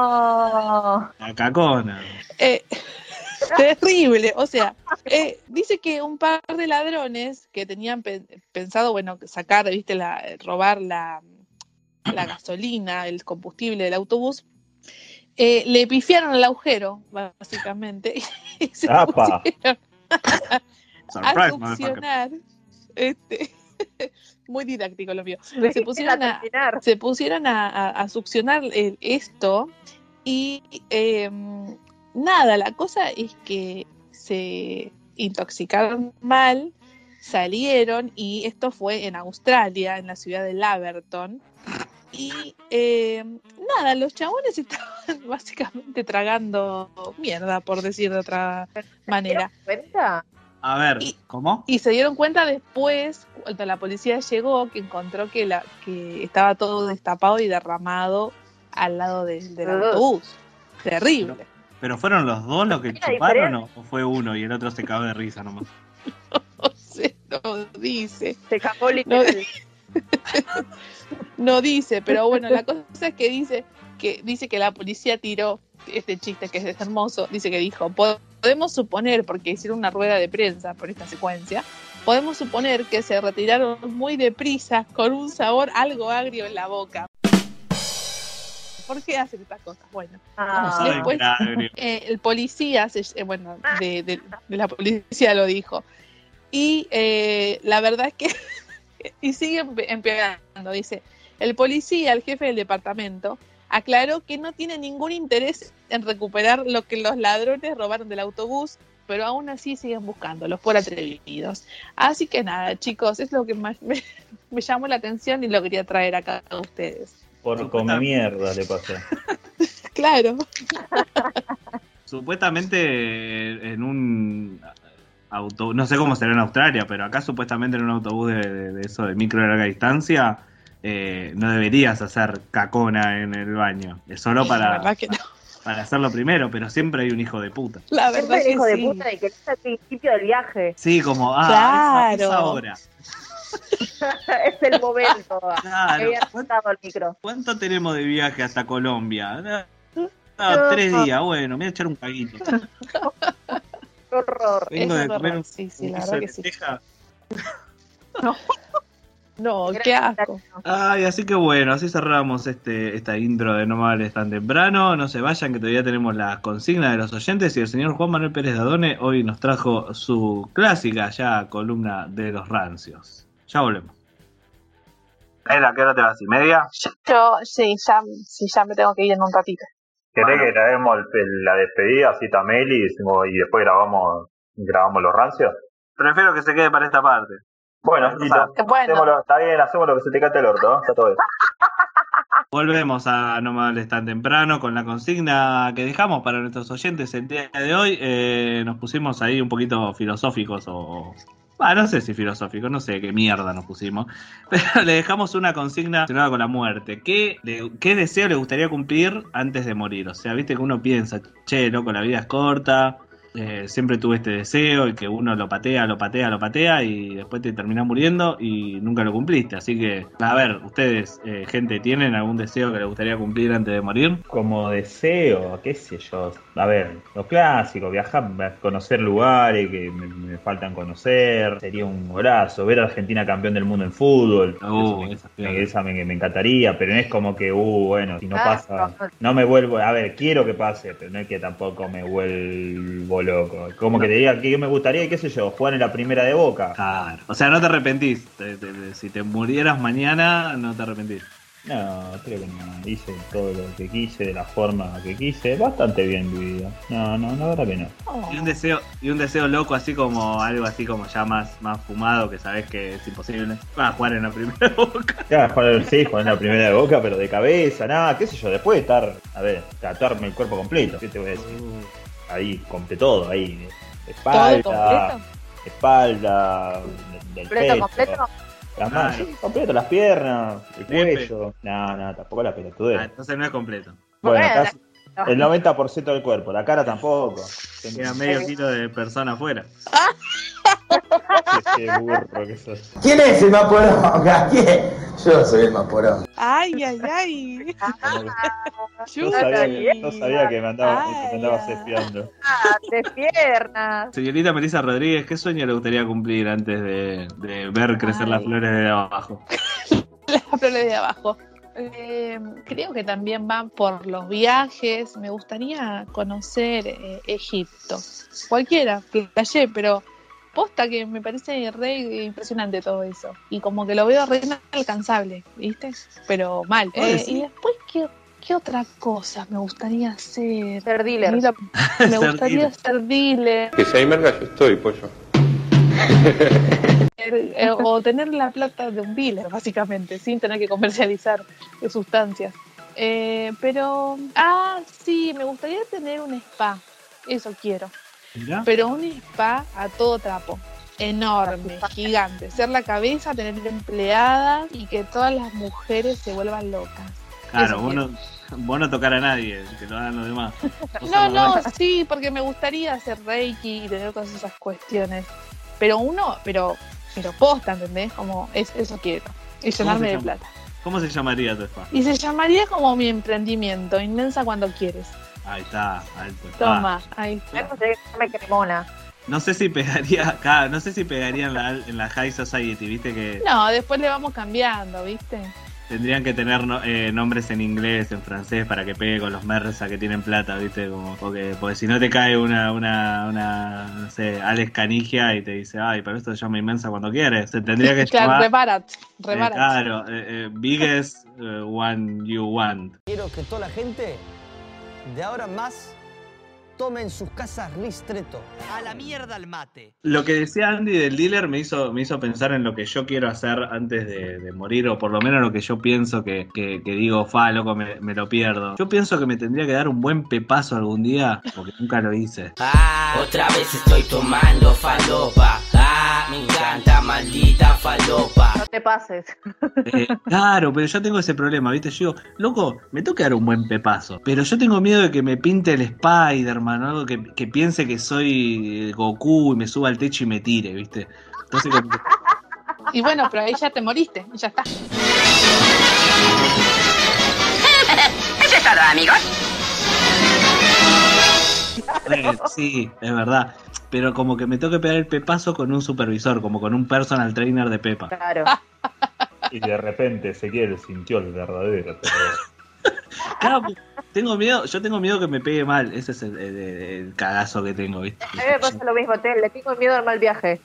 La cacona. Eh, terrible, o sea, eh, dice que un par de ladrones que tenían pe- pensado, bueno, sacar, viste, la, robar la, la gasolina, el combustible del autobús, eh, le pifiaron el agujero, básicamente, y se ¡Apa! pusieron Surprise, a succionar, este, muy didáctico lo mío, se pusieron a, se pusieron a, a, a succionar el, esto y eh, nada, la cosa es que se intoxicaron mal, salieron y esto fue en Australia, en la ciudad de Laverton. Y eh, nada, los chabones estaban básicamente tragando mierda, por decir de otra manera. ¿Te das cuenta? A ver, y, ¿cómo? Y se dieron cuenta después, cuando la policía llegó, que encontró que, la, que estaba todo destapado y derramado al lado de, del uh. autobús. Terrible. Pero, ¿Pero fueron los dos los que chuparon o, o fue uno y el otro se cagó de risa nomás? No sé, no dice. Se cagó literal. No, no dice, pero bueno, la cosa es que dice que dice que la policía tiró este chiste que es hermoso, dice que dijo, podemos suponer, porque hicieron una rueda de prensa por esta secuencia, podemos suponer que se retiraron muy deprisa con un sabor algo agrio en la boca. ¿Por qué hacen estas cosas? Bueno, ah, después eh, el policía, se, eh, bueno, de, de, de la policía lo dijo, y eh, la verdad es que y sigue empeorando, dice, el policía, el jefe del departamento, aclaró que no tiene ningún interés en recuperar lo que los ladrones robaron del autobús, pero aún así siguen buscándolos por atrevidos. Así que nada, chicos, es lo que más me, me llamó la atención y lo quería traer acá a ustedes. Por come mierda le pasó. Claro. Supuestamente en un autobús, no sé cómo será en Australia, pero acá supuestamente en un autobús de, de, de eso de micro de larga distancia, Eh, no deberías hacer cacona en el baño. Es solo para, la verdad que no. para hacerlo primero, pero siempre hay un hijo de puta. La verdad siempre hay un hijo que de sí. puta y que es al principio del viaje. Sí, como, ah, claro. esa, esa hora. Es el momento. Claro. Había cortado el micro. ¿Cuánto tenemos de viaje hasta Colombia? No, no, tres días, bueno, me voy a echar un caguito. Qué horror. Vengo es de comer horror. un, sí, sí, un la guiso verdad de que sí. lenteja. No. No, qué asco. Ay, así que bueno, así cerramos este esta intro de No me hables tan temprano. No se vayan, que todavía tenemos las consignas de los oyentes y el señor Juan Manuel Pérez Dadone hoy nos trajo su clásica ya columna de los rancios. Ya volvemos. ¿A qué hora te vas? ¿Y media? Yo, sí, ya, sí, ya me tengo que ir en un ratito. ¿Querés que grabemos el, el, la despedida, cita Meli y, decimos, y después grabamos grabamos los rancios? Prefiero que se quede para esta parte. Bueno, listo. Bueno. Hacémoslo, está bien, hacemos lo que se te cante el orto, ¿no? Está todo bien. Volvemos a No me hables tan temprano con la consigna que dejamos para nuestros oyentes el día de hoy. Eh, nos pusimos ahí un poquito filosóficos o... Ah, no sé si filosóficos, no sé qué mierda nos pusimos. Pero le dejamos una consigna relacionada con la muerte. ¿Qué, le, ¿Qué deseo le gustaría cumplir antes de morir? O sea, viste que uno piensa, che, loco, la vida es corta... Eh, siempre tuve este deseo y que uno lo patea, lo patea, lo patea y después te terminás muriendo y nunca lo cumpliste. Así que, a ver, ustedes, eh, gente, ¿tienen algún deseo que les gustaría cumplir antes de morir? Como deseo, qué sé yo. A ver, lo clásico, viajar, conocer lugares que me, me faltan conocer. Sería un golazo. Ver a Argentina campeón del mundo en fútbol. Uh, esa me, esa me, me encantaría, pero no es como que, uh, bueno, si no pasa, no me vuelvo. A ver, quiero que pase, pero no es que tampoco me vuelvo loco. Como que te diga que me gustaría, qué sé yo, jugar en la primera de Boca. Claro. O sea, no te arrepentís. Te, te, te, si te murieras mañana, no te arrepentís. No, creo que no. Hice todo lo que quise, de la forma que quise. Bastante bien vivido. No, no, la verdad que no. Y un deseo, y un deseo loco, así como algo así como ya más, más fumado, que sabes que es imposible. Va a jugar en la primera de Boca. Ya, jugar, sí, jugar en la primera de Boca, pero de cabeza, nada, qué sé yo. Después de estar, a ver, tatuarme el cuerpo completo. ¿Qué te voy a decir? Ahí, compré todo, ahí. Espalda, espalda, del ¿Completo, pecho. completo? Las manos, sí, completo, las piernas, el cuello. No, no, tampoco la pelotudez. Ah, entonces no es completo. Bueno, casi el noventa por ciento del cuerpo, la cara tampoco. Queda medio kilo de persona afuera. Qué burro que sos. ¿Quién es el más poronga? ¿Quién? Yo soy el más poronga. Ay, ay, ay. Yo sabía que, yo sabía que me, andaba, que me andabas espiando. Ah, de piernas. Señorita Melissa Rodríguez, ¿qué sueño le gustaría cumplir antes de, de ver crecer Ay. las flores de abajo? Las flores de abajo. Eh, creo que también van por los viajes. Me gustaría conocer eh, Egipto. Cualquiera, flashé, pero posta que me parece re impresionante todo eso. Y como que lo veo re inalcanzable, ¿viste? Pero mal. Eh, sí. Y después, ¿qué, ¿qué otra cosa me gustaría hacer? Ser dealer. Mira, me Ser gustaría dealer. ser dealer. Que si hay merga yo estoy, pollo. Eh, o tener la plata de un dealer, básicamente, sin tener que comercializar eh, sustancias. Eh, pero, ah, sí, me gustaría tener un spa, eso quiero. Mirá. Pero un spa a todo trapo, enorme, gigante, ser la cabeza, tener empleadas y que todas las mujeres se vuelvan locas. Claro, Eso vos no, vos no tocar a nadie, que lo hagan los demás. Vos No, sos la no, verdad. sí, porque me gustaría hacer reiki y tener todas esas cuestiones. Pero uno, pero, pero posta, ¿entendés? Como, es, eso quiero. Y llenarme de llama? plata. ¿Cómo se llamaría tu spa? Y se llamaría como mi emprendimiento, inmensa cuando quieres. Ahí está, alto. Toma, Ah, ahí está. Eso sería que me cremona. no sé si pegaría acá, no sé si pegaría en la, en la High Society, viste que No, después le vamos cambiando, ¿viste? tendrían que tener no- eh, nombres en inglés, en francés, para que pegue con los mersa que tienen plata, viste, como porque, porque si no te cae una, una, una, no sé, Alex Canigia y te dice, ay, pero esto se llama inmensa cuando quieres. Se tendría que Claro, llamar, rebarat, eh, rebarat. claro, eh, eh, biggest eh, one you want. Quiero que toda la gente de ahora en más tome en sus casas ristretto. A la mierda el mate. Lo que decía Andy del dealer me hizo, me hizo pensar en lo que yo quiero hacer antes de, de morir, o por lo menos lo que yo pienso que, que, que digo, fa, loco, me, me lo pierdo. Yo pienso que me tendría que dar un buen pepazo algún día, porque nunca lo hice. Ah, otra vez estoy tomando falopa. Ah, me encanta, maldita falopa. No te pases. Eh, claro, pero yo tengo ese problema, ¿viste? Yo digo, loco, me tengo que dar un buen pepazo, pero yo tengo miedo de que me pinte el Spider-Man, o algo que, que piense que soy Goku y me suba al techo y me tire, ¿viste? Entonces, como que- Y bueno, pero ahí ya te moriste, y ya está. Eso es todo, amigos. Eh, sí, es verdad. Pero como que me tengo que pegar el pepazo con un supervisor, como con un personal trainer de Pepa. Claro. Y de repente Ezequiel sintió el verdadero terror. Claro, tengo miedo, yo tengo miedo que me pegue mal. Ese es el, el- el cagazo que tengo, ¿viste? A mí me pasa lo mismo, te, le tengo miedo al mal viaje.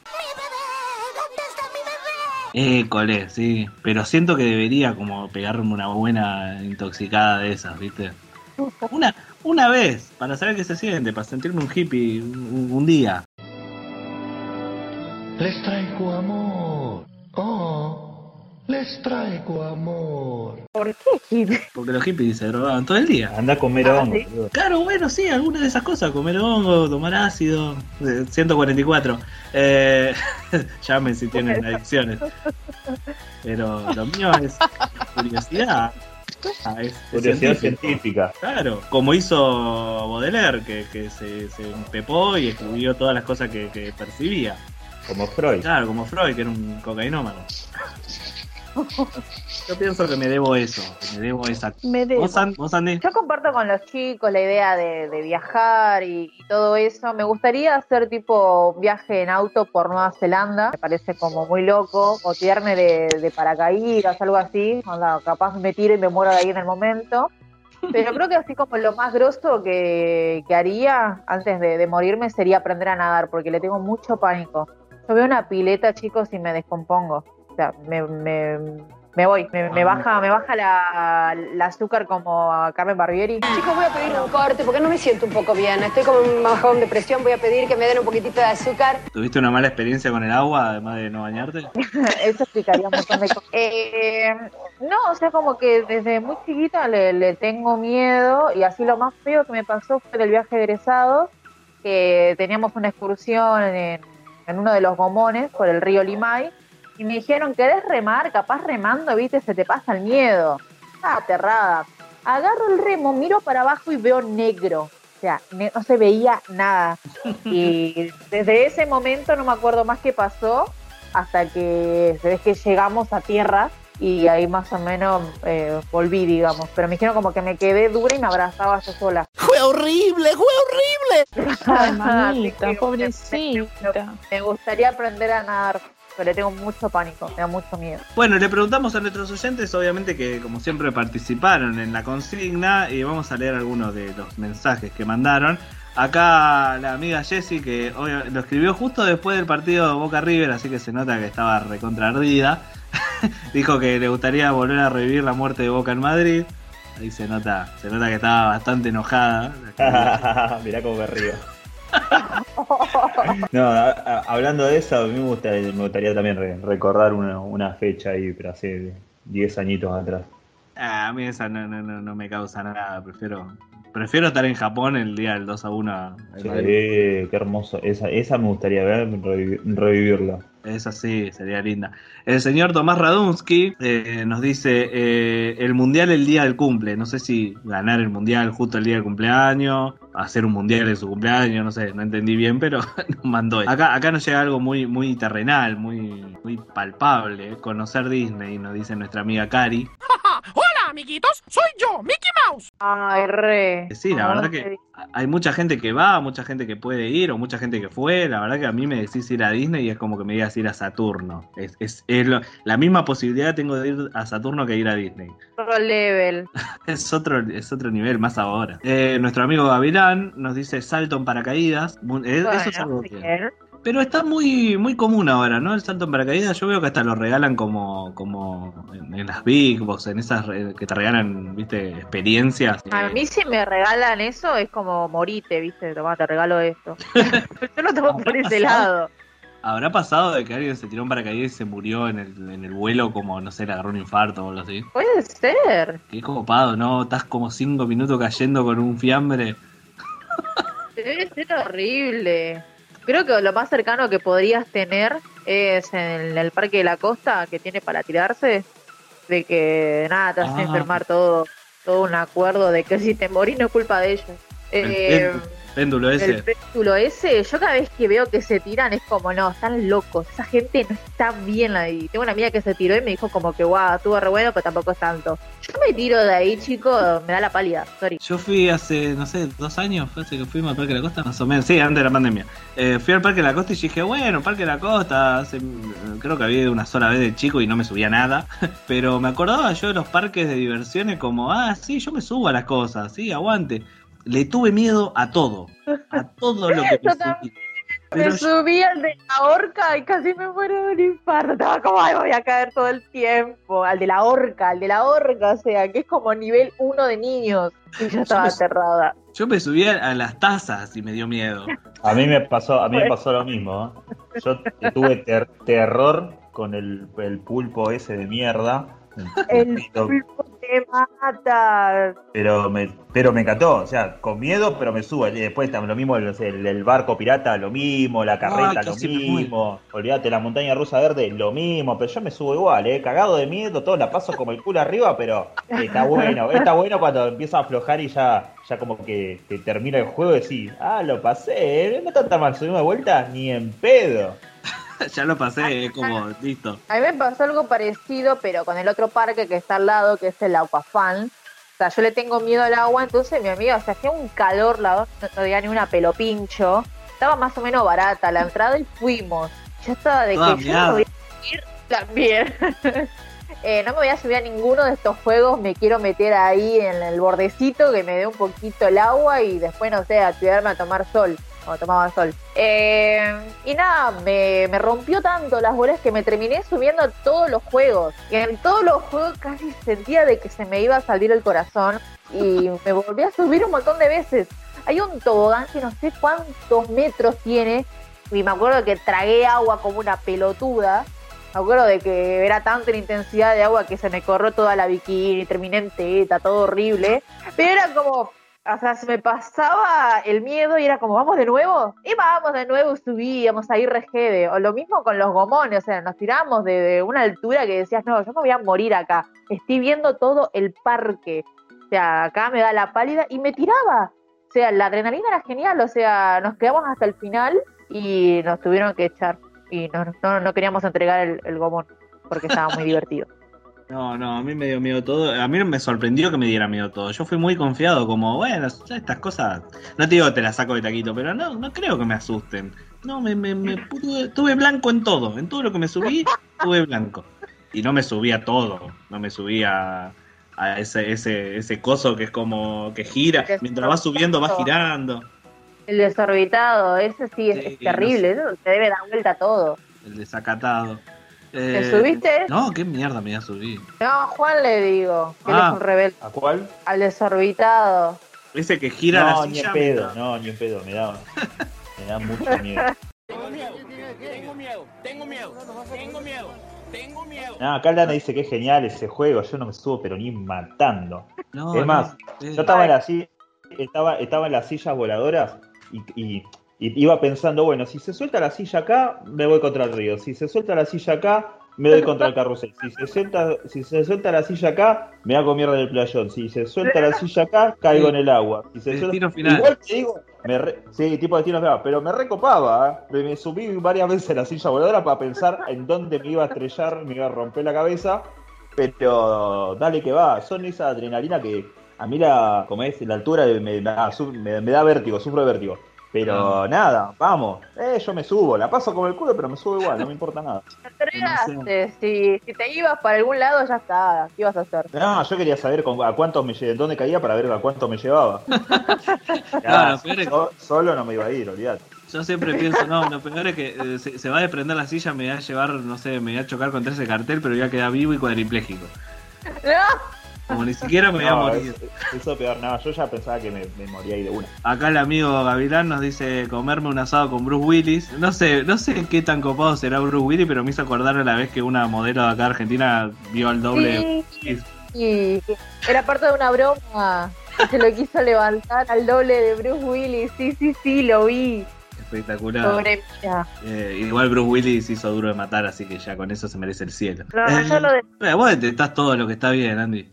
École, sí. Pero siento que debería como pegarme una buena intoxicada de esas, ¿viste? Una, una vez, para saber qué se siente, para sentirme un hippie un, un día. Les traigo amor. Oh, les traigo amor. ¿Por qué hippie? Porque los hippies se drogaban todo el día. Anda a comer Ah, hongo. ¿sí? boludo. Claro, bueno, sí, alguna de esas cosas. Comer hongo, tomar ácido. eh, ciento cuarenta y cuatro. Eh, llamen si tienen adicciones. Pero lo mío es curiosidad. Ah, es- es Curiosidad científico. científica. Claro, como hizo Baudelaire, que, que se, se empepó y escribió todas las cosas que, que percibía. Como Freud. Claro, como Freud, que era un cocainómano. Yo pienso que me debo eso, que me debo esa. Me debo. ¿Vos, An- vos, Andy? Yo comparto con los chicos la idea de, de viajar y, y todo eso. Me gustaría hacer tipo viaje en auto por Nueva Zelanda. Me parece como muy loco. O tirarme de, de paracaídas, algo así. Onda, capaz me tiro y me muero de ahí en el momento. Pero creo que así como lo más grosso que, que haría antes de, de morirme sería aprender a nadar, porque le tengo mucho pánico. Yo veo una pileta, chicos, y me descompongo. O sea, me... me Me voy, me, me baja, me baja la, la azúcar como a Carmen Barbieri. Chicos, voy a pedir un corte porque no me siento un poco bien. Estoy como en bajón de presión. Voy a pedir que me den un poquitito de azúcar. ¿Tuviste una mala experiencia con el agua, además de no bañarte? Eso explicaría un montón de cosas. Eh, no, o sea, como que desde muy chiquita le, le tengo miedo y así lo más feo que me pasó fue del viaje de egresados, que teníamos una excursión en, en uno de los gomones por el río Limay. Y me dijeron, ¿querés remar? Capaz remando, viste, se te pasa el miedo. Estaba aterrada. Agarro el remo, miro para abajo y veo negro. O sea, ne- no se veía nada. Y desde ese momento no me acuerdo más qué pasó hasta que se ve que llegamos a tierra y ahí más o menos eh, volví, digamos. Pero me dijeron como que me quedé dura y me abrazaba yo sola. ¡Fue horrible! ¡Fue horrible! Ay, Así mamita, que pobrecita. Me gustaría aprender a nadar, pero le tengo mucho pánico, me da mucho miedo. Bueno, le preguntamos a nuestros oyentes, obviamente que como siempre participaron en la consigna y vamos a leer algunos de los mensajes que mandaron. Acá la amiga Jessie, que hoy lo escribió justo después del partido de Boca River, así que se nota que estaba recontra ardida. Dijo que le gustaría volver a revivir la muerte de Boca en Madrid. Ahí se nota, se nota que estaba bastante enojada. Mirá cómo me río. No, a- a- hablando de eso, a mí me gustaría, me gustaría también re- recordar una, una fecha ahí, pero hace diez añitos atrás. Ah, a mí esa no, no, no, no me causa nada, prefiero prefiero estar en Japón el día del dos a uno a Sí, Madrid. qué hermoso. Esa, esa me gustaría ver, revivi- revivirla. Esa sí, sería linda. El señor Tomás Radunsky eh, nos dice eh, el mundial el día del cumple. No sé si ganar el mundial justo el día del cumpleaños, hacer un mundial en su cumpleaños, no sé, no entendí bien, pero nos mandó. Acá, acá nos llega algo muy, muy terrenal, muy, muy palpable. Conocer Disney, nos dice nuestra amiga Cari. ¡Hola, amiguitos! ¡Soy yo, Mickey Mouse! Ay, re. Sí, la verdad que hay mucha gente que va, mucha gente que puede ir o mucha gente que fue. La verdad que a mí me decís ir a Disney y es como que me digas ir a Saturno. Es, es, es lo- la misma posibilidad tengo de ir a Saturno que ir a Disney. Otro level. Es otro, es otro nivel, más ahora. Eh, nuestro amigo Gavilán nos dice salto en paracaídas. Mu- eh, Bueno, eso es algo si que... querés. Pero está muy muy común ahora, ¿no? El salto en paracaídas. Yo veo que hasta lo regalan como como en, en las Big Box, en esas re- que te regalan, ¿viste? Experiencias. A Eh, mí si me regalan eso es como morite, ¿viste? Tomá, te regalo esto. Yo lo tomo por ese lado. ¿Habrá pasado de que alguien se tiró en paracaídas y se murió en el, en el vuelo como, no sé, le agarró un infarto o algo así? Puede ser. Qué copado, ¿no? Estás como cinco minutos cayendo con un fiambre. Debe ser horrible. Creo que lo más cercano que podrías tener es en el Parque de la Costa, que tiene para tirarse, de que nada, te hace Ah. enfermar todo, todo un acuerdo de que si te morís no es culpa de ellos. El Eh, péndulo- péndulo ese. El péndulo ese, yo cada vez que veo que se tiran es como, no, están locos, esa gente no está bien ahí. Tengo una amiga que se tiró y me dijo como que, guau, estuvo re bueno, pero tampoco es tanto. Yo me tiro de ahí, chico, me da la pálida, sorry. Yo fui hace, no sé, dos años, fue hace que fuimos al Parque de la Costa, más o menos, sí, antes de la pandemia. Eh, fui al Parque de la Costa y dije, bueno, Parque de la Costa, hace- creo que había ido una sola vez de chico y no me subía a nada, pero me acordaba yo de los parques de diversiones como, ah, sí, yo me subo a las cosas, sí, aguante. Le tuve miedo a todo, a todo lo que me Yo subí. Me subí al de la horca y casi me muero de un infarto. Estaba como, ay, voy a caer todo el tiempo. Al de la horca, al de la horca, o sea, que es como nivel uno de niños. Y yo estaba yo me, aterrada. Yo me subí a las tazas y me dio miedo. A mí me pasó, a mí me pasó lo mismo. ¿eh? Yo tuve ter- terror con el, el pulpo ese de mierda. El pulpo te mata. Pero me, pero me encantó, o sea, con miedo, pero me subo. Y después también lo mismo, el, el barco pirata, lo mismo, la carreta, Ay, lo mismo. Olvídate, la montaña rusa verde, lo mismo. Pero yo me subo igual, eh, cagado de miedo, todo la paso como el culo arriba, pero está bueno. Está bueno cuando empieza a aflojar y ya, ya como que, que termina el juego y decís, ah, lo pasé, eh, no está tan mal, subí una vuelta ni en pedo. Ya lo pasé, es como, listo. A mí me pasó algo parecido, pero con el otro parque que está al lado, que es el Aquafan. O sea, yo le tengo miedo al agua, entonces mi amiga, o sea, hacía un calor, la no tenía ni una pelo pincho. Estaba más o menos barata la entrada y fuimos. Yo estaba de Toda que yo no me voy a ir también. eh, no me voy a subir a ninguno de estos juegos, me quiero meter ahí en el bordecito, que me dé un poquito el agua y después, no sé, activarme a tomar sol. Cuando tomaba sol. Eh, y nada, me, me rompió tanto las bolas que me terminé subiendo a todos los juegos. Y en todos los juegos casi sentía de que se me iba a salir el corazón. Y me volví a subir un montón de veces. Hay un tobogán que no sé cuántos metros tiene. Y me acuerdo que tragué agua como una pelotuda. Me acuerdo de que era tanta la intensidad de agua que se me corrió toda la bikini. Terminé en teta, todo horrible. Pero era como... O sea, se me pasaba el miedo y era como, ¿vamos de nuevo? Y vamos de nuevo, subíamos ahí regede. O lo mismo con los gomones, o sea, nos tiramos de, de una altura que decías, no, yo me voy a morir acá. Estoy viendo todo el parque. O sea, acá me da la pálida y me tiraba. O sea, la adrenalina era genial, o sea, nos quedamos hasta el final y nos tuvieron que echar. Y no, no, no queríamos entregar el, el gomón porque estaba muy divertido. No, no, a mí me dio miedo todo. A mí me sorprendió que me diera miedo todo. Yo fui muy confiado, como, bueno, estas cosas, no te digo que te las saco de taquito, pero no, no creo que me asusten. No, me, me, me tuve, tuve blanco en todo. En todo lo que me subí, tuve blanco. Y no me subí a todo. No me subí a, a ese, ese, ese coso que es como que gira. Mientras vas subiendo, vas girando. El desorbitado, ese sí es, Sí, es terrible. no sé. Eso te debe dar vuelta a todo. El desacatado. ¿Te Eh, subiste? No, qué mierda me iba a subir. No, a Juan le digo, que él Ah. es un rebelde. ¿A cuál? Al desorbitado. Ese que gira No, la ni silla. en pedo, mientras- no, ni en pedo, me da, me da mucho miedo. Tengo miedo, tengo miedo, tengo miedo, tengo miedo, tengo miedo. No, acá Lana dice que es genial ese juego, yo no me subo pero ni matando. No, es más, no, eh. yo estaba en, la, si- estaba, estaba en las sillas voladoras y, y, y iba pensando, bueno, si se suelta la silla acá, me voy contra el río. Si se suelta la silla acá, me doy contra el carrusel. Si se suelta, si se suelta la silla acá, me hago mierda en el playón. Si se suelta la silla acá, caigo Sí. en el agua. Si se suelta... Destino final. Igual te digo, me re... sí, tipo de destino final, pero me recopaba. ¿eh? Me, me subí varias veces a la silla voladora para pensar en dónde me iba a estrellar, me iba a romper la cabeza. Pero dale que va, son esa adrenalina que a mí la, como es, la altura me, me, me, me da vértigo, sufro de vértigo. Pero Ah. nada, vamos, eh, yo me subo, la paso como el culo, pero me subo igual, no me importa nada. Te entregaste, si, si te ibas para algún lado ya está, ¿qué ibas a hacer? No, yo quería saber con, a cuántos me lle- dónde caía para ver a cuánto me llevaba. Ya, lo peor es- so- solo no me iba a ir, olvidate. Yo siempre pienso, no, lo peor es que eh, se, se va a desprender la silla, me va a llevar, no sé, me voy a chocar contra ese cartel, pero voy a quedar vivo y cuadripléjico. No. Como ni siquiera me voy a No, morir. eso, eso peor, no, yo ya pensaba que me, me moría ahí de una. Acá el amigo Gavilán nos dice comerme un asado con Bruce Willis. No sé, no sé qué tan copado será Bruce Willis, pero me hizo acordar a la vez que una modelo de acá de Argentina vio al doble. Sí, y era parte de una broma que se lo quiso levantar al doble de Bruce Willis. Sí, sí, sí, lo vi. Espectacular. Pobre mía. Eh, igual Bruce Willis hizo duro de matar, así que ya con eso se merece el cielo. No, Eh, yo lo de- eh, vos detestás todo lo que está bien, Andy.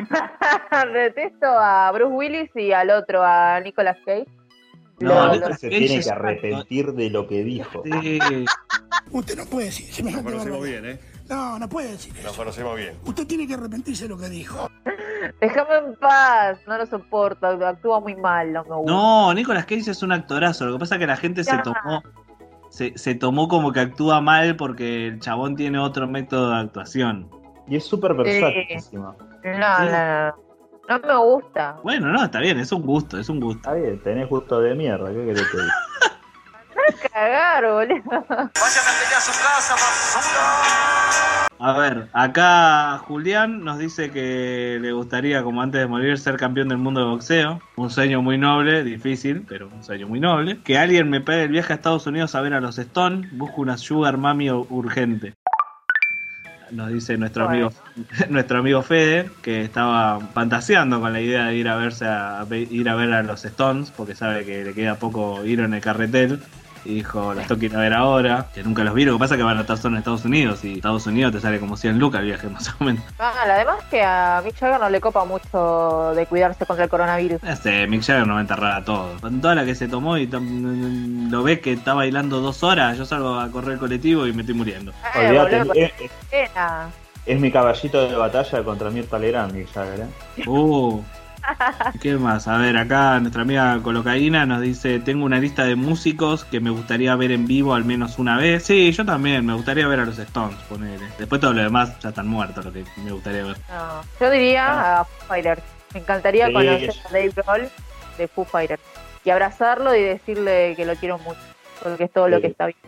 detesto a Bruce Willis y al otro, a Nicolas Cage. No, Lo- Nicolas lo- se tiene que arrepentir de lo que dijo. Sí. Usted no puede decir semejante Nos conocemos barbaridad. bien, ¿eh? No, no puede decir eso. Nos conocemos bien. Usted tiene que arrepentirse de lo que dijo. Déjame en paz, no lo soporto, actúa muy mal, no me gusta. No, Nicolas Cage es un actorazo. Lo que pasa es que la gente se Ya. tomó se, se tomó como que actúa mal porque el chabón tiene otro método de actuación. Y es súper versátil encima. No, no, no, no me gusta. Bueno, no, está bien, es un gusto, es un gusto. Está bien, tenés gusto de mierda, ¿qué querés que diga? a cagar, boludo. Vayan a su casa, basura. A ver, acá Julián nos dice que le gustaría, como antes de morir, ser campeón del mundo de boxeo. Un sueño muy noble, difícil, pero un sueño muy noble. Que alguien me pague el viaje a Estados Unidos a ver a los Stones. Busco una sugar mami urgente. Nos dice nuestro amigo nuestro amigo Fede, que estaba fantaseando con la idea de ir a verse a, a ir a ver a los Stones, porque sabe que le queda poco ir en el carretel. Y dijo, los tengo que ir a ver ahora, que nunca los vi. Lo que pasa es que van a estar solo en Estados Unidos, y Estados Unidos te sale como cien lucas el viaje, más o menos. Ah, además que a Mick Jagger no le copa mucho de cuidarse contra el coronavirus. Este, Mick Jagger no va a enterrar a todo. Con toda la que se tomó y tam, lo ves que está bailando dos horas, yo salgo a correr el colectivo y me estoy muriendo. Eh, Olvídate, boludo, es, es, es mi caballito de batalla contra Mirta Legrand, Mick Jagger, ¿eh? Uh... ¿Qué más? A ver, acá nuestra amiga Colocaína nos dice: tengo una lista de músicos que me gustaría ver en vivo al menos una vez. Sí, yo también, me gustaría ver a los Stones, ponele. Después todo lo demás ya están muertos, lo que me gustaría ver. No, yo diría ah. a Foo Fighters. Me encantaría sí, conocer a Dave Grohl de Foo Fighters y abrazarlo y decirle que lo quiero mucho, porque es todo sí. lo que está bien.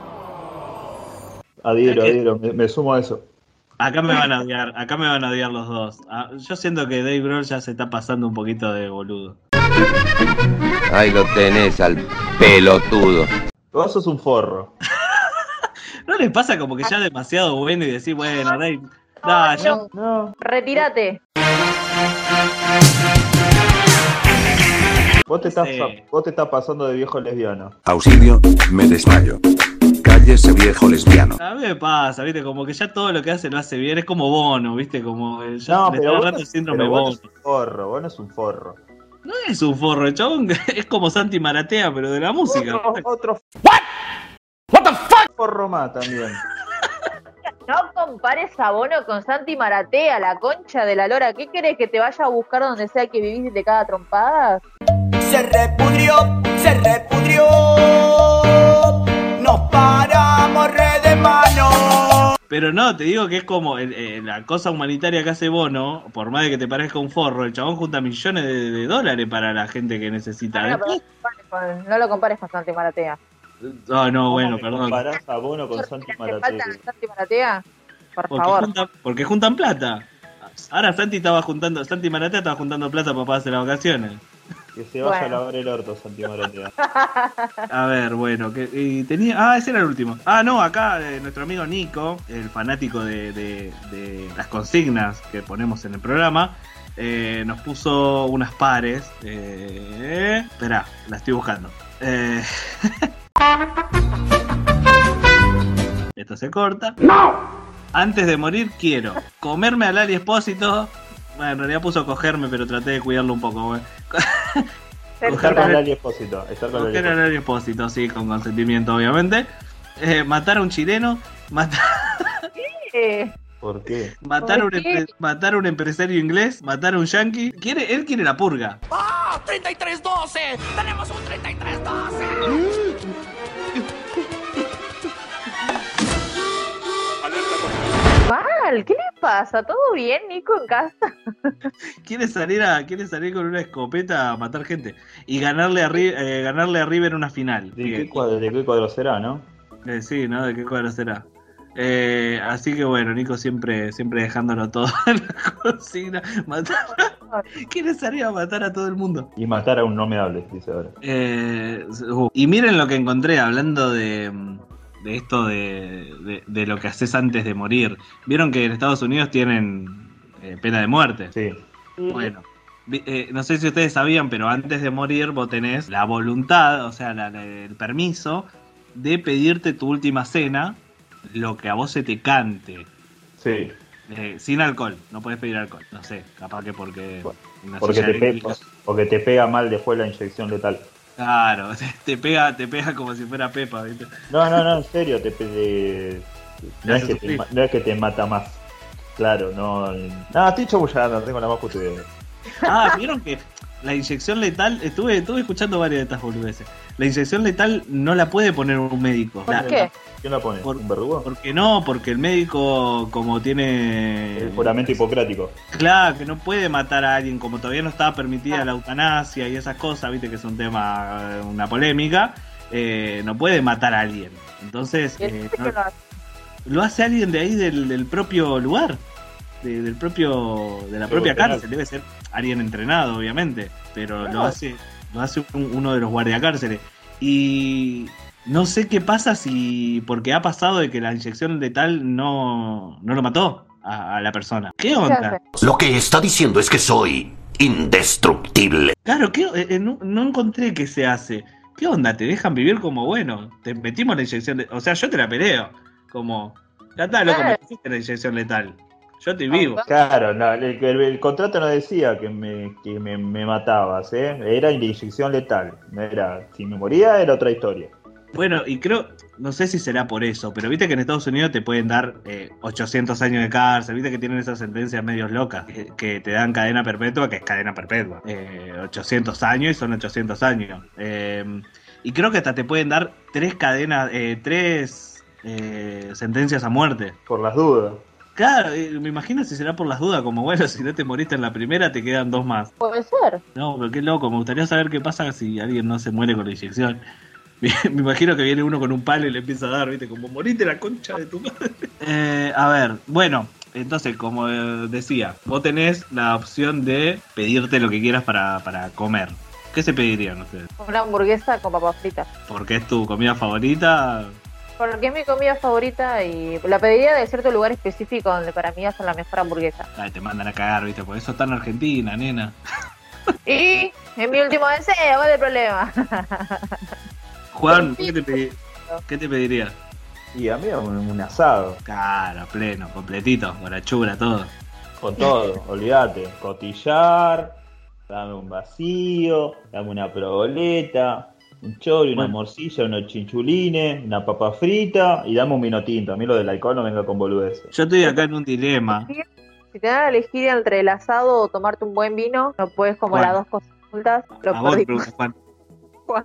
Adhiero, adhiero, me, me sumo a eso. Acá me van a odiar, acá me van a odiar los dos. Yo siento que Dave Grohl ya se está pasando un poquito de boludo. Ahí lo tenés al pelotudo. Vos sos un forro. ¿No les pasa como que ya es demasiado bueno y decir, bueno, Dave, nah, no, yo... no. Retírate. Vos te, estás, sí. vos te estás pasando de viejo lesbiano. Auxilio, me desmayo. Cállese, viejo lesbiano. A mí me pasa, viste, como que ya todo lo que hace lo hace bien. Es como Bono, viste, como ya no, le pero está el síndrome Bono. Bono. Es un forro, Bono es un forro. No es un forro, el chabón es como Santi Maratea, pero de la música. Otro, otro... ¿What? What the fuck? Forro más también. No compares a Bono con Santi Maratea, la concha de la lora. ¿Qué querés, que te vaya a buscar donde sea que vivís y te caga trompadas? Se repudrió, se repudrió. Nos paramos re de mano. Pero no, te digo que es como el, el, la cosa humanitaria que hace Bono, por más de que te parezca un forro, el chabón junta millones de, de dólares para la gente que necesita. No, no, pero no lo compares con Santi Maratea. Oh, no, bueno, perdón. ¿Comparás a Bono con Santi Maratea? Santi Maratea? Por porque favor. Juntan, porque juntan plata. Ahora Santi estaba juntando, Santi Maratea estaba juntando plata para pagarse las vacaciones. Que se vaya bueno. a lavar el orto, Santi Maratea. A ver, bueno, que y tenía. Ah, ese era el último. Ah, no, acá eh, nuestro amigo Nico, el fanático de, de, de las consignas que ponemos en el programa, eh, nos puso unas pares. Eh, esperá, la estoy buscando. Eh, Esto se corta. ¡No! Antes de morir quiero comerme a Lali Espósito. Bueno, en realidad puso cogerme, pero traté de cuidarlo un poco, güey. Estar con Lali Espósito. Coger a Lali Espósito, sí, con consentimiento, obviamente. Eh, matar a un chileno. Matar... ¿Qué? ¿Por qué? Matar, ¿Por un qué? empre... matar a un empresario inglés. Matar a un yankee. Quiere... Él quiere la purga. ¡Ah! ¡treinta y tres doce! ¡Tenemos un treinta y tres doce! Mal, ¿qué le pasa? ¿Todo bien, Nico, en casa? Quiere salir a quiere salir con una escopeta a matar gente y ganarle a, Ri- eh, ganarle a River una final. ¿De qué, cuadro, ¿De qué cuadro será, no? Eh, sí, ¿no? ¿De qué cuadro será? Eh, así que bueno, Nico siempre siempre dejándolo todo en la cocina. Matar a... Quiere salir a matar a todo el mundo. Y matar a un no me hables, dice ahora. Eh, uh, y miren lo que encontré hablando de... de esto de, de, de lo que haces antes de morir. Vieron que en Estados Unidos tienen eh, pena de muerte. Sí. Bueno, eh, no sé si ustedes sabían, pero antes de morir vos tenés la voluntad, o sea, la, la, el permiso de pedirte tu última cena, lo que a vos se te cante. Sí. Eh, sin alcohol, no podés pedir alcohol. No sé, capaz que porque... Porque te, pe- porque te pega mal después la inyección letal. Claro, te pega, te pega como si fuera Pepa, ¿viste? No, no, no, en serio, te, te, no, es que te, no es que te mata más. Claro, no. No, estoy chamullando, no tengo la más puta idea. Ah, vieron que la inyección letal, estuve, estuve escuchando varias de estas boludeces. La inyección letal no la puede poner un médico. ¿Por la, qué? ¿Quién la pone? Por, ¿Un verdugo? Porque no, porque el médico, como tiene... El juramento hipocrático. Claro, que no puede matar a alguien, como todavía no estaba permitida ah. la eutanasia y esas cosas, viste que es un tema, una polémica. eh, no puede matar a alguien. Entonces, eh, no, lo hace alguien de ahí del, del propio lugar, de, del propio de la propia cárcel. Debe ser alguien entrenado, obviamente, pero no. lo hace lo hace un, uno de los guardiacárceles. Y no sé qué pasa si, porque ha pasado de que la inyección letal no, no lo mató a, a la persona. ¿Qué onda? Lo que está diciendo es que soy indestructible. Claro, ¿qué, eh, no, no encontré qué se hace. ¿Qué onda? ¿Te dejan vivir como bueno? Te metimos la inyección letal. O sea, yo te la peleo. Como, ya está, loco, me hiciste la inyección letal. Yo te vivo. Claro, no, el, el, el contrato no decía que me, que me, me matabas, ¿eh? Era la inyección letal. No era, si me moría era otra historia. Bueno, y creo, no sé si será por eso, pero viste que en Estados Unidos te pueden dar eh, ochocientos años de cárcel, viste que tienen esas sentencias medios locas, que, que te dan cadena perpetua, que es cadena perpetua. Eh, ochocientos años y son ochocientos años. Eh, y creo que hasta te pueden dar tres cadenas, eh, tres eh, sentencias a muerte. Por las dudas. Claro, eh, me imagino si será por las dudas, como bueno, si no te moriste en la primera, te quedan dos más. Puede ser. No, pero qué loco, me gustaría saber qué pasa si alguien no se muere con la inyección. Me imagino que viene uno con un palo y le empieza a dar, ¿viste? Como morite la concha de tu madre. Eh, a ver, bueno, entonces, como decía, vos tenés la opción de pedirte lo que quieras para, para comer. ¿Qué se pedirían ustedes? Una hamburguesa con papas fritas. ¿Porque es tu comida favorita? Porque es mi comida favorita y la pediría de cierto lugar específico donde para mí hacen la mejor hamburguesa. Ay, te mandan a cagar, ¿viste? Por eso está en Argentina, nena. Y es mi último deseo, ¿cuál es el problema? Juan, ¿qué te, pedi- ¿qué te pedirías? Y a mí un, un asado. Claro, pleno, completito, borrachura, todo. Con todo, olvídate. Cotillar, dame un vacío, dame una proboleta, un chori, una bueno. morcilla, unos chinchulines, una papa frita y dame un vino tinto. A mí lo del alcohol no venga con boludeces. Yo estoy acá en un dilema. Si te dan a elegir entre el asado o tomarte un buen vino, no puedes como Juan. Las dos cosas juntas. Lo perdimos. Juan. Juan.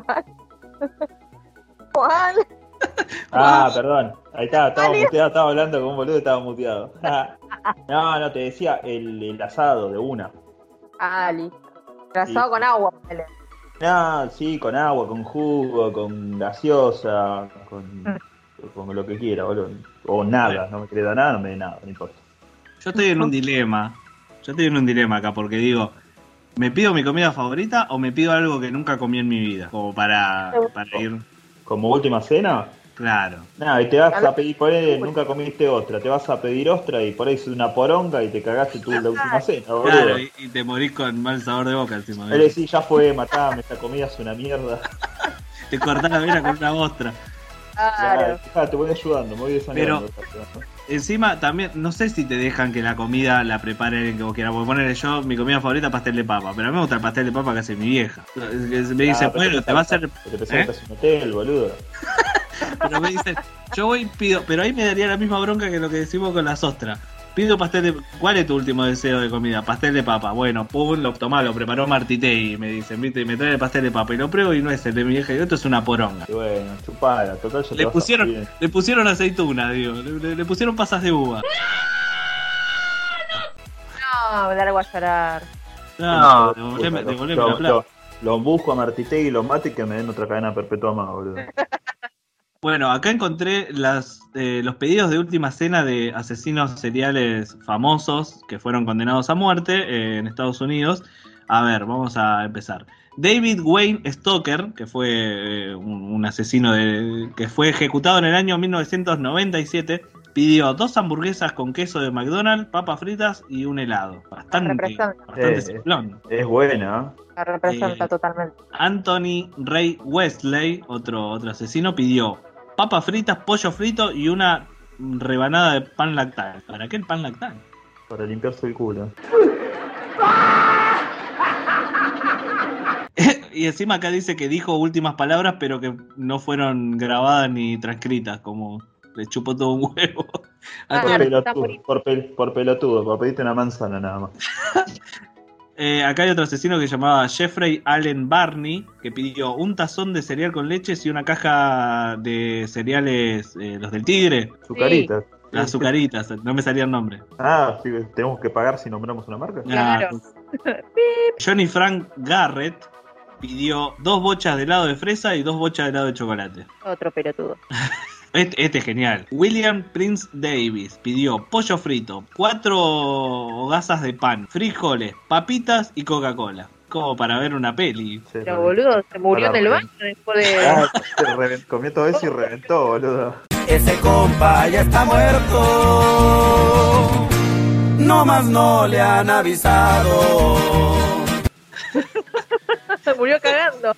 Juan. Ah, perdón. Ahí está, estaba muteado, estaba hablando con un boludo y estaba muteado. No, no, te decía el, el asado de una. Ah, listo. El asado sí. Con agua, vale. No, sí, con agua, con jugo, con gaseosa, con, con lo que quiera, boludo. O nada, no me queda nada, no me dé nada, no importa. Yo estoy en un dilema. Yo estoy en un dilema acá porque digo, ¿me pido mi comida favorita o me pido algo que nunca comí en mi vida? Como para, para ir... ¿Como última cena? Claro. No, y te vas a pedir, por ahí, nunca comiste ostra, te vas a pedir ostra y por ahí es una poronga y te cagaste tú la última cena, boludo. Claro, y, y te morís con mal sabor de boca encima. Él decís, ya fue, matame, esta comida es una mierda. Te cortás la vena con una ostra. Claro. Ya, te voy ayudando, me voy desanimando. Pero encima también, no sé si te dejan que la comida la prepare alguien que vos quieras. Porque ponerle yo, mi comida favorita, pastel de papa. Pero a mí me gusta el pastel de papa que hace mi vieja. Me dice, ah, bueno, te, te va a hacer... Te presentas ¿eh? Un hotel, boludo. Pero me dicen, yo voy y pido... Pero ahí me daría la misma bronca que lo que decimos con las ostras. Pido pastel de... ¿Cuál es tu último deseo de comida? Pastel de papa. Bueno, pum, lo tomá, lo preparó Martitei. Me dicen, viste, y me trae el pastel de papa. Y lo pruebo y no es el de mi vieja. Y esto es una poronga. Y bueno, chupala, total ya te le pusieron, le pusieron aceituna, digo. Le, le pusieron pasas de uva. No, me largo a llorar. No, no devolveme, devolveme lo, la plata. Lo, lo busco a Martitei y lo mate y que me den otra cadena perpetua más, boludo. Bueno, acá encontré las, eh, los pedidos de última cena de asesinos seriales famosos que fueron condenados a muerte eh, en Estados Unidos. A ver, vamos a empezar. David Wayne Stoker, que fue eh, un, un asesino de, que fue ejecutado en el año mil novecientos noventa y siete, pidió dos hamburguesas con queso de McDonald's, papas fritas y un helado. Bastante, bastante simplón. Es buena. La representa eh, totalmente. Anthony Ray Wesley, otro, otro asesino, pidió papas fritas, pollo frito y una rebanada de pan lactal. ¿Para qué el pan lactal? Para limpiarse el culo. Y encima acá dice que dijo últimas palabras, pero que no fueron grabadas ni transcritas, como le chupó todo un huevo. Ah, por, pelotudo, por, pel, por pelotudo, por pedirte una manzana nada más. Eh, acá hay otro asesino que se llamaba Jeffrey Allen Barney, que pidió un tazón de cereal con leches y una caja de cereales, eh, los del tigre. Azucaritas. Sí. Las azucaritas, no me salía el nombre. Ah, sí, tenemos que pagar si nombramos una marca. Claro. Johnny Frank Garrett pidió dos bochas de helado de fresa y dos bochas de helado de chocolate. Otro pelotudo. Este, este es genial. William Prince Davis pidió pollo frito, cuatro hogazas de pan, frijoles, papitas y Coca-Cola. Como para ver una peli. Pero boludo, se murió en el baño después de... Ah, se revent- comió todo eso y reventó, boludo. Ese compa ya está muerto. No más no le han avisado. Se murió cagando.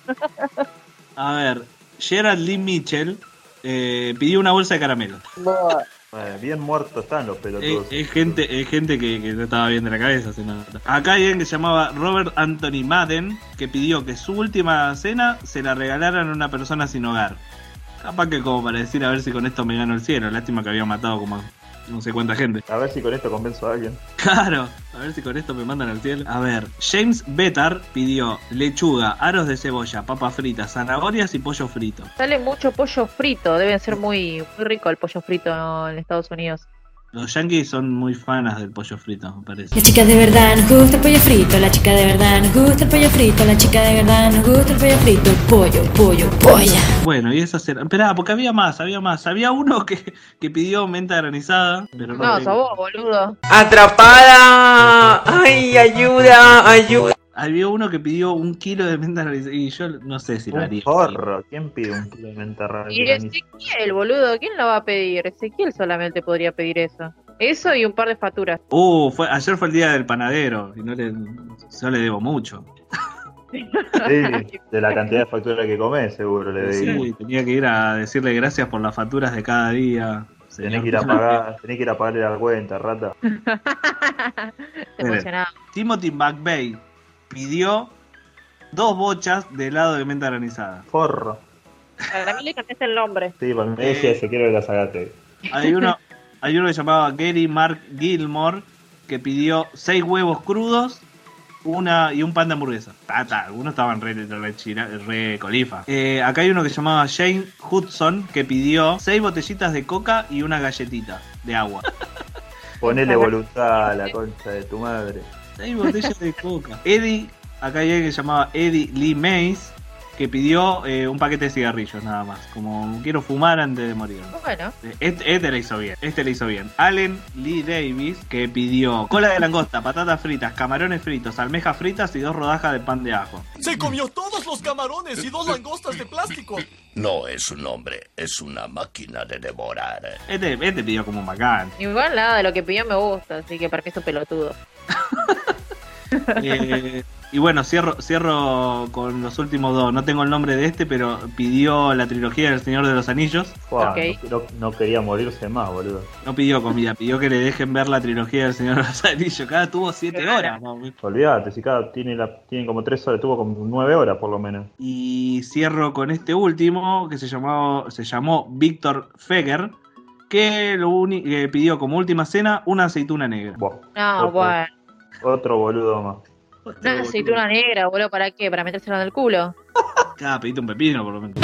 A ver, Gerald Lee Mitchell eh, pidió una bolsa de caramelo. Bueno, bien muertos están los pelotudos. Es, es gente, es gente que, que no estaba bien de la cabeza. Se nota. Acá hay alguien que se llamaba Robert Anthony Madden, que pidió que su última cena se la regalaran a una persona sin hogar. Capaz que como para decir a ver si con esto me gano el cielo. Lástima que había matado como no sé cuánta gente. A ver si con esto convenzo a alguien. Claro, a ver si con esto me mandan al cielo. A ver, James Betar pidió lechuga, aros de cebolla, papas fritas, zanahorias y pollo frito. Sale mucho pollo frito, deben ser muy, muy rico el pollo frito en Estados Unidos. Los yankees son muy fanas del pollo frito, me parece. La chica de verdad nos gusta el pollo frito, la chica de verdad nos gusta el pollo frito, la chica de verdad nos gusta el pollo frito, pollo, pollo, polla. Bueno, y esas eran... Esperá, porque había más, había más. Había uno que, que pidió menta granizada, pero no... No, sos vos, boludo. ¡Atrapada! ¡Ay, ayuda, ayuda! Había uno que pidió un kilo de menta granizada y yo no sé si lo haría. Un porro, ¿quién pide un kilo de menta granizada? Y Ezequiel, boludo, ¿quién lo va a pedir? Ezequiel solamente podría pedir eso. Eso y un par de facturas. Uh, fue, ayer fue el día del panadero y no le, yo le debo mucho. Sí, de la cantidad de facturas que comés, seguro le debí. Sí, tenía que ir a decirle gracias por las facturas de cada día. Tenés que ir a pagar, tenés que ir a pagarle la cuenta, rata. Emocionado. Timothy McVeigh pidió dos bochas de helado de menta granizada. Forro. Para mí le cambiaste el nombre. Sí, para mí me decía ese quiero que la sacaste. Hay uno, hay uno que se llamaba Gary Mark Gilmore que pidió seis huevos crudos, una y un pan de hamburguesa. Tata, algunos estaban re, re, chira, re colifa. Eh, acá hay uno que se llamaba Shane Hudson que pidió seis botellitas de coca y una galletita de agua. Ponele voluntad a la concha de tu madre. Seis botellas de coca. Eddie, acá hay alguien que se llamaba Eddie Lee Mays que pidió eh, un paquete de cigarrillos nada más. Como quiero fumar antes de morir. Bueno. Este, este le hizo bien. Este le hizo bien. Allen Lee Davis que pidió cola de langosta, patatas fritas, camarones fritos, almejas fritas y dos rodajas de pan de ajo. Se comió todos los camarones y dos langostas de plástico. No es un hombre, es una máquina de devorar. Este, este pidió como un bacán. Igual nada de lo que pidió me gusta, así que para mí es un pelotudo. eh, y bueno, cierro, cierro con los últimos dos. No tengo el nombre de este, pero pidió la trilogía del Señor de los Anillos. Wow, okay. no, no, no quería morirse más, boludo. No pidió comida, pidió que le dejen ver la trilogía del Señor de los Anillos. Cada tuvo siete horas. ¿No? Olvídate, si cada tiene, la, tiene como tres horas, tuvo como nueve horas por lo menos. Y cierro con este último, que se llamó, se llamó Víctor Feger, que lo uni- que pidió como última cena una aceituna negra. Wow. No, otro, bueno. Otro boludo más. Una aceituna negra, boludo, ¿para qué? ¿Para metérselo en el culo? Ah, pediste un pepino por lo menos.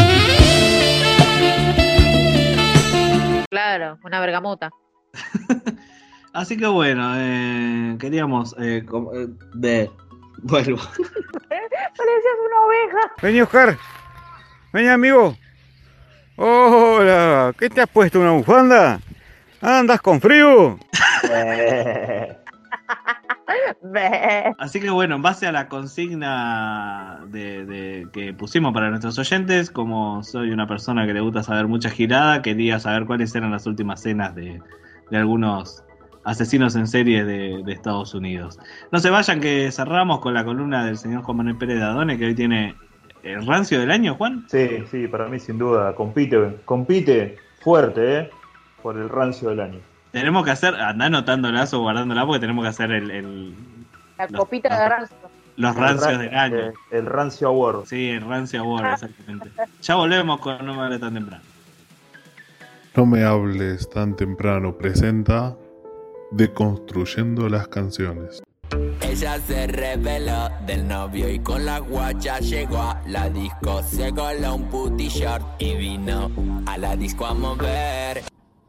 Claro, una bergamota. Así que bueno, eh, queríamos eh, com- eh, de... Vuelvo. Parecías una oveja. Vení, Oscar. Vení, amigo. Hola, ¿qué te has puesto? ¿Una bufanda? ¿Andas con frío? Así que bueno, en base a la consigna de, de que pusimos para nuestros oyentes, como soy una persona que le gusta saber mucha girada, quería saber cuáles eran las últimas cenas de, de algunos asesinos en serie de, de Estados Unidos. No se vayan, que cerramos con la columna del señor Juan Manuel Pérez de Adone, que hoy tiene el rancio del año, Juan. Sí, sí, para mí sin duda, compite, compite fuerte, ¿eh? Por el rancio del año. Tenemos que hacer, andá anotándola o guardándola porque tenemos que hacer el... el la los, copita de rancio. Los rancios el, del año. El, el rancio award. Sí, el rancio award, exactamente. Ya volvemos con No me hables tan temprano. No me hables tan temprano presenta Deconstruyendo las canciones. Ella se reveló del novio y con la guacha llegó a la disco. Se coló un puti short y vino a la disco a mover.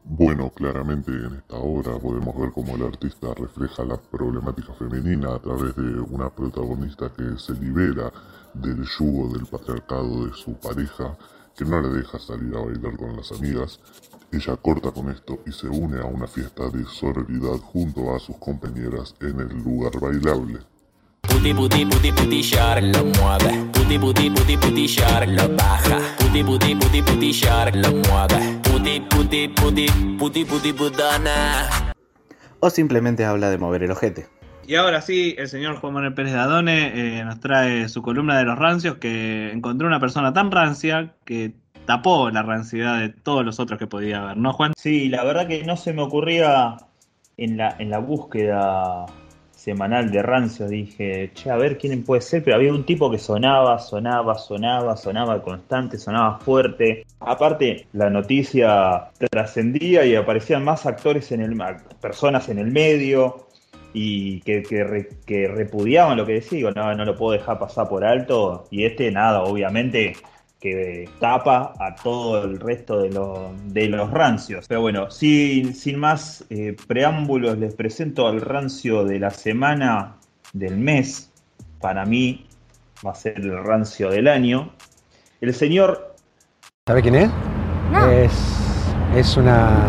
Bueno, claramente en esta obra podemos ver cómo el artista refleja la problemática femenina a través de una protagonista que se libera del yugo del patriarcado de su pareja, que no le deja salir a bailar con las amigas. Ella corta con esto y se une a una fiesta de sororidad junto a sus compañeras en el lugar bailable. Puti puti puti puti shark lo mueve. Puti puti puti puti shark lo baja. Puti puti puti puti shark lo mueve. Puti puti puti puti puti putana. O simplemente habla de mover el ojete. Y ahora sí, el señor Juan Manuel Pérez Dadone eh, nos trae su columna de los rancios, que encontró una persona tan rancia que tapó la ranciedad de todos los otros que podía haber, ¿no, Juan? Sí, la verdad que no se me ocurría en la, en la búsqueda semanal de rancios, dije, che, a ver quién puede ser, pero había un tipo que sonaba, sonaba, sonaba, sonaba constante, sonaba fuerte. Aparte, la noticia trascendía y aparecían más actores en el, personas en el medio y que, que, re, que repudiaban lo que decía. Digo, no, no lo puedo dejar pasar por alto. Y este, nada, obviamente, que tapa a todo el resto de, lo, de los rancios. Pero bueno, sin, sin más eh, preámbulos, les presento al rancio de la semana, del mes. Para mí va a ser el rancio del año. El señor... ¿Sabe quién es? No. Es, es una...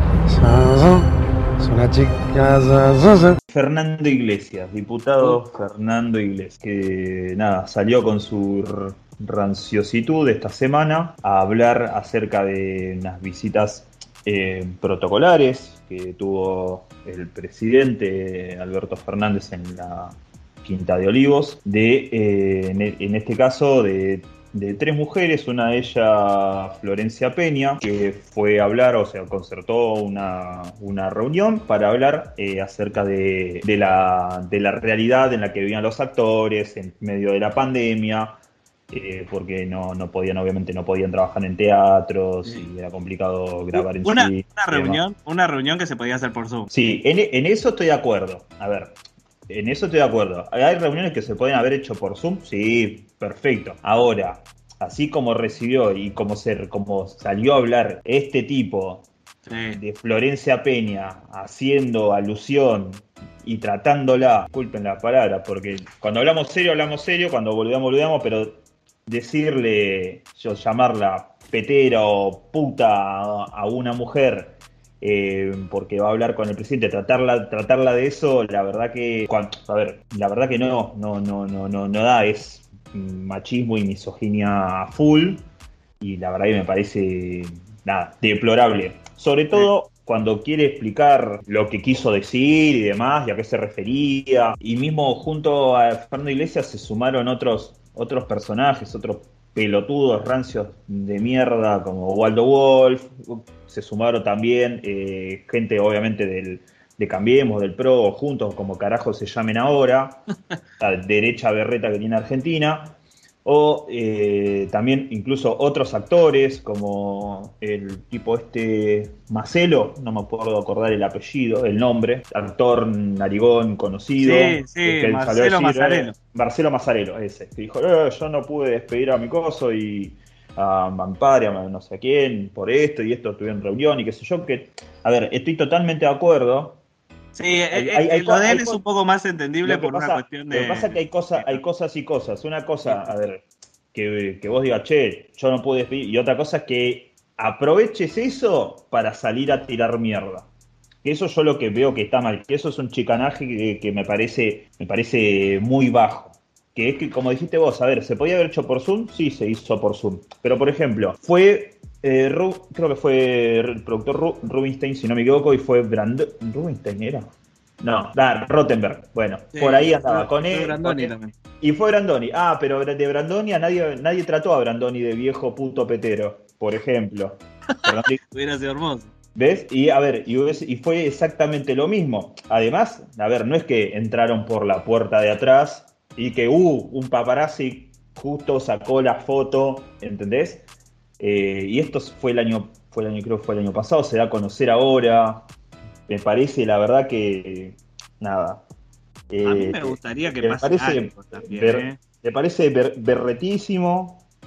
Es una chica... Fernando Iglesias, diputado Fernando Iglesias, que nada, salió con su ranciositud esta semana a hablar acerca de unas visitas eh, protocolares que tuvo el presidente Alberto Fernández en la Quinta de Olivos, de eh, en, en este caso de, de tres mujeres, una de ellas Florencia Peña, que fue a hablar, o sea, concertó una, una reunión para hablar eh, acerca de, de, la, de la realidad en la que vivían los actores en medio de la pandemia. Eh, porque no, no podían, obviamente no podían trabajar en teatros sí. Y era complicado grabar en una, sí, una reunión una reunión que se podía hacer por Zoom. Sí, en, en eso estoy de acuerdo. A ver, en eso estoy de acuerdo. ¿Hay reuniones que se pueden haber hecho por Zoom? Sí, perfecto. Ahora, así como recibió y como, se, como salió a hablar este tipo sí. de Florencia Peña haciendo alusión y tratándola, disculpen la palabra, porque cuando hablamos serio, hablamos serio, cuando volvemos, volvemos, pero decirle, yo llamarla petera o puta a una mujer eh, porque va a hablar con el presidente, tratarla, tratarla de eso, la verdad que, cuando, a ver, la verdad que no, no, no, no, no, no da, es machismo y misoginia full, y la verdad que me parece, nada, deplorable. Sobre todo cuando quiere explicar lo que quiso decir y demás, y a qué se refería, y mismo junto a Fernando Iglesias se sumaron otros otros personajes, otros pelotudos rancios de mierda como Waldo Wolf, se sumaron también eh, gente obviamente del, de Cambiemos, del P R O, juntos como carajo se llamen ahora, la derecha berreta que tiene Argentina, o eh, también incluso otros actores como el tipo este Macelo, no me puedo acordar el apellido, el nombre, actor narigón conocido. Sí, sí, que Marcelo Mazzarello. Marcelo Mazzarello, ese, que dijo, eh, yo no pude despedir a mi coso y a Mampari, a no sé a quién, por esto y esto, estuve en reunión y qué sé yo, que, a ver, estoy totalmente de acuerdo. Sí, hay, hay, hay, lo de él es un poco más entendible por pasa, una cuestión de... Lo que pasa es que hay, cosa, hay cosas y cosas. Una cosa, a ver, que, que vos digas, che, yo no pude despedir, y otra cosa es que aproveches eso para salir a tirar mierda. Que eso yo lo que veo que está mal, que eso es un chicanaje que, que me parece me parece muy bajo. Que es que, como dijiste vos, a ver, ¿se podía haber hecho por Zoom? Sí, se hizo por Zoom. Pero, por ejemplo, fue... Eh, Ru, creo que fue el productor Ru, Rubinstein, si no me equivoco, y fue Brando, ¿Rubinstein era? No, ah, Rottenberg. Bueno, sí, por ahí andaba fue, con él. Brandoni con también. Y fue Brandoni. Ah, pero de Brandoni a nadie, nadie trató a Brandoni de viejo puto petero, por ejemplo. Hubiera sido hermoso. ¿Ves? Y a ver, y, y fue exactamente lo mismo. Además, a ver, no es que entraron por la puerta de atrás y que, uh, un paparazzi justo sacó la foto, ¿entendés? Eh, y esto fue el año, fue el año, creo que fue el año pasado, se da a conocer ahora. Me parece, la verdad que nada. Eh, a mí me gustaría que me pase parece algo también, ber, ¿eh? Me parece ber, berretísimo.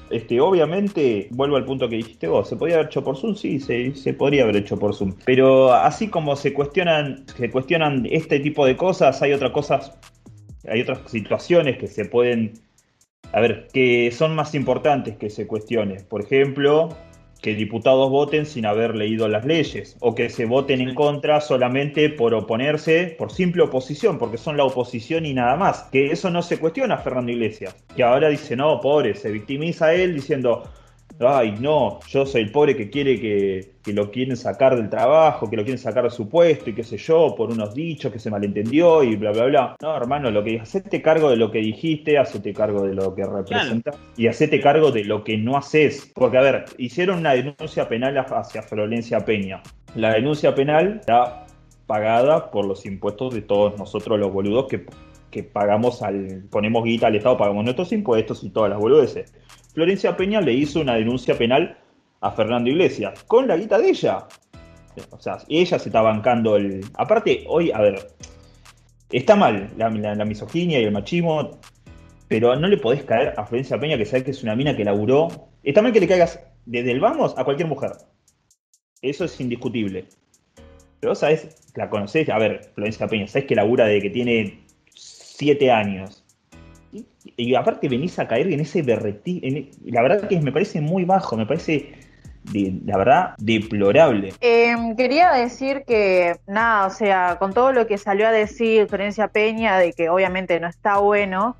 Este, obviamente, vuelvo al punto que dijiste vos, ¿se podía haber hecho por Zoom? Sí, se, se podría haber hecho por Zoom. Pero así como se cuestionan, se cuestionan este tipo de cosas, hay otras cosas, hay otras situaciones que se pueden, a ver, que son más importantes que se cuestione. Por ejemplo, que diputados voten sin haber leído las leyes, o que se voten en contra solamente por oponerse, por simple oposición, porque son la oposición y nada más. Que eso no se cuestiona a Fernando Iglesias, que ahora dice, no, pobre, se victimiza a él diciendo, ay, no, yo soy el pobre que quiere que, que lo quieren sacar del trabajo, que lo quieren sacar de su puesto y qué sé yo, por unos dichos que se malentendió y bla, bla, bla. No, hermano, lo que hacete cargo de lo que dijiste, hacete cargo de lo que representas, claro, y hacete cargo de lo que no haces. Porque, a ver, hicieron una denuncia penal hacia Florencia Peña. La denuncia penal está pagada por los impuestos de todos nosotros los boludos que, que pagamos, al ponemos guita al Estado, pagamos nuestros impuestos y todas las boludeces. Florencia Peña le hizo una denuncia penal a Fernando Iglesias con la guita de ella. O sea, ella se está bancando el... Aparte, hoy, a ver, está mal la, la, la misoginia y el machismo, pero no le podés caer a Florencia Peña, que sabes que es una mina que laburó. Está mal que le caigas desde el vamos a cualquier mujer. Eso es indiscutible. Pero vos sabés, la conocés, a ver, Florencia Peña, sabés que labura desde que tiene siete años. Y, y aparte venís a caer en ese berretí, en, la verdad que me parece muy bajo, me parece, de, la verdad, deplorable. Eh, quería decir que, nada, o sea, con todo lo que salió a decir Florencia Peña, de que obviamente no está bueno,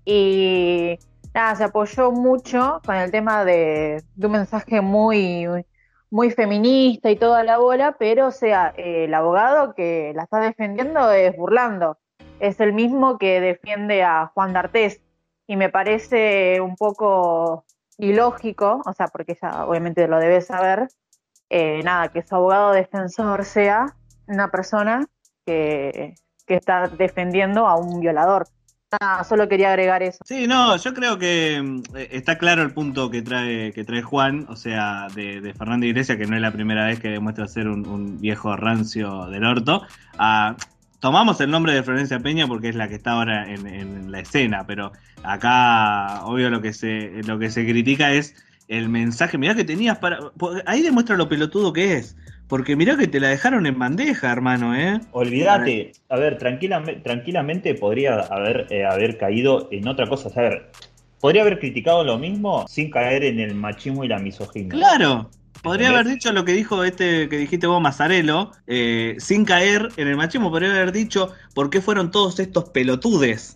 y nada, se apoyó mucho con el tema de, de un mensaje muy, muy feminista y toda la bola, pero, o sea, eh, el abogado que la está defendiendo es burlando. Es el mismo que defiende a Juan D'Artés, y me parece un poco ilógico, o sea, porque ella obviamente lo debe saber, eh, nada, que su abogado defensor sea una persona que, que está defendiendo a un violador. Nada, solo quería agregar eso. Sí, no, yo creo que eh, está claro el punto que trae que trae Juan, o sea, de, de Fernando Iglesias, que no es la primera vez que demuestra ser un, un viejo rancio del orto. A... Tomamos el nombre de Florencia Peña porque es la que está ahora en, en la escena, pero acá, obvio, lo que se lo que se critica es el mensaje. Mirá que tenías para... Ahí demuestra lo pelotudo que es, porque mirá que te la dejaron en bandeja, hermano, ¿eh? Olvídate, a ver, tranquilamente, tranquilamente podría haber, eh, haber caído en otra cosa, a ver, podría haber criticado lo mismo sin caer en el machismo y la misoginia. ¡Claro! Podría haber dicho lo que dijo este que dijiste vos, Mazzarello, eh, sin caer en el machismo. Podría haber dicho por qué fueron todos estos pelotudes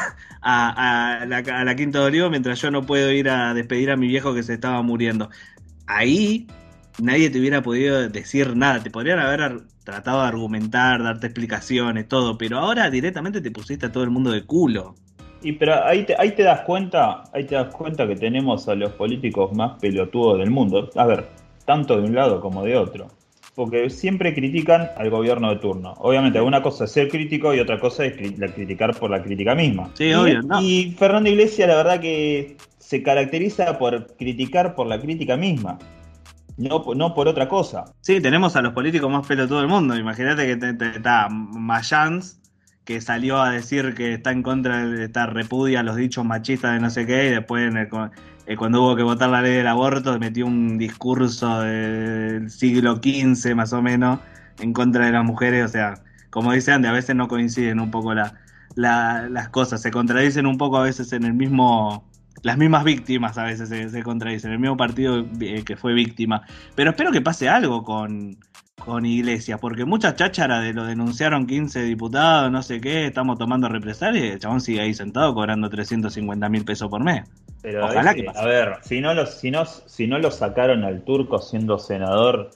a, a, la, a la Quinta de Olivo mientras yo no puedo ir a despedir a mi viejo que se estaba muriendo. Ahí nadie te hubiera podido decir nada. Te podrían haber tratado de argumentar, darte explicaciones, todo, pero ahora directamente te pusiste a todo el mundo de culo. Y pero ahí te, ahí te das cuenta, ahí te das cuenta que tenemos a los políticos más pelotudos del mundo. A ver, tanto de un lado como de otro, porque siempre critican al gobierno de turno. Obviamente, una cosa es ser crítico y otra cosa es cri- criticar por la crítica misma. Sí, y, obvio, no. Y Fernando Iglesias, la verdad que se caracteriza por criticar por la crítica misma, no, no por otra cosa. Sí, tenemos a los políticos más pelotudos del mundo. Imagínate que te, te, está Mayans, que salió a decir que está en contra de esta repudia los dichos machistas de no sé qué, y después en el, eh, cuando hubo que votar la ley del aborto metió un discurso del siglo quince más o menos en contra de las mujeres. O sea, como dice Andy, a veces no coinciden un poco la, la, las cosas, se contradicen un poco a veces en el mismo... Las mismas víctimas a veces se, se contradicen, el mismo partido eh, que fue víctima. Pero espero que pase algo con, con Iglesias, porque muchas chácharas de lo denunciaron quince diputados, no sé qué, estamos tomando represalias y el chabón sigue ahí sentado cobrando trescientos cincuenta mil pesos por mes. Pero ojalá ese, que pase. A ver, si no, lo, si, no, si no lo sacaron al turco siendo senador...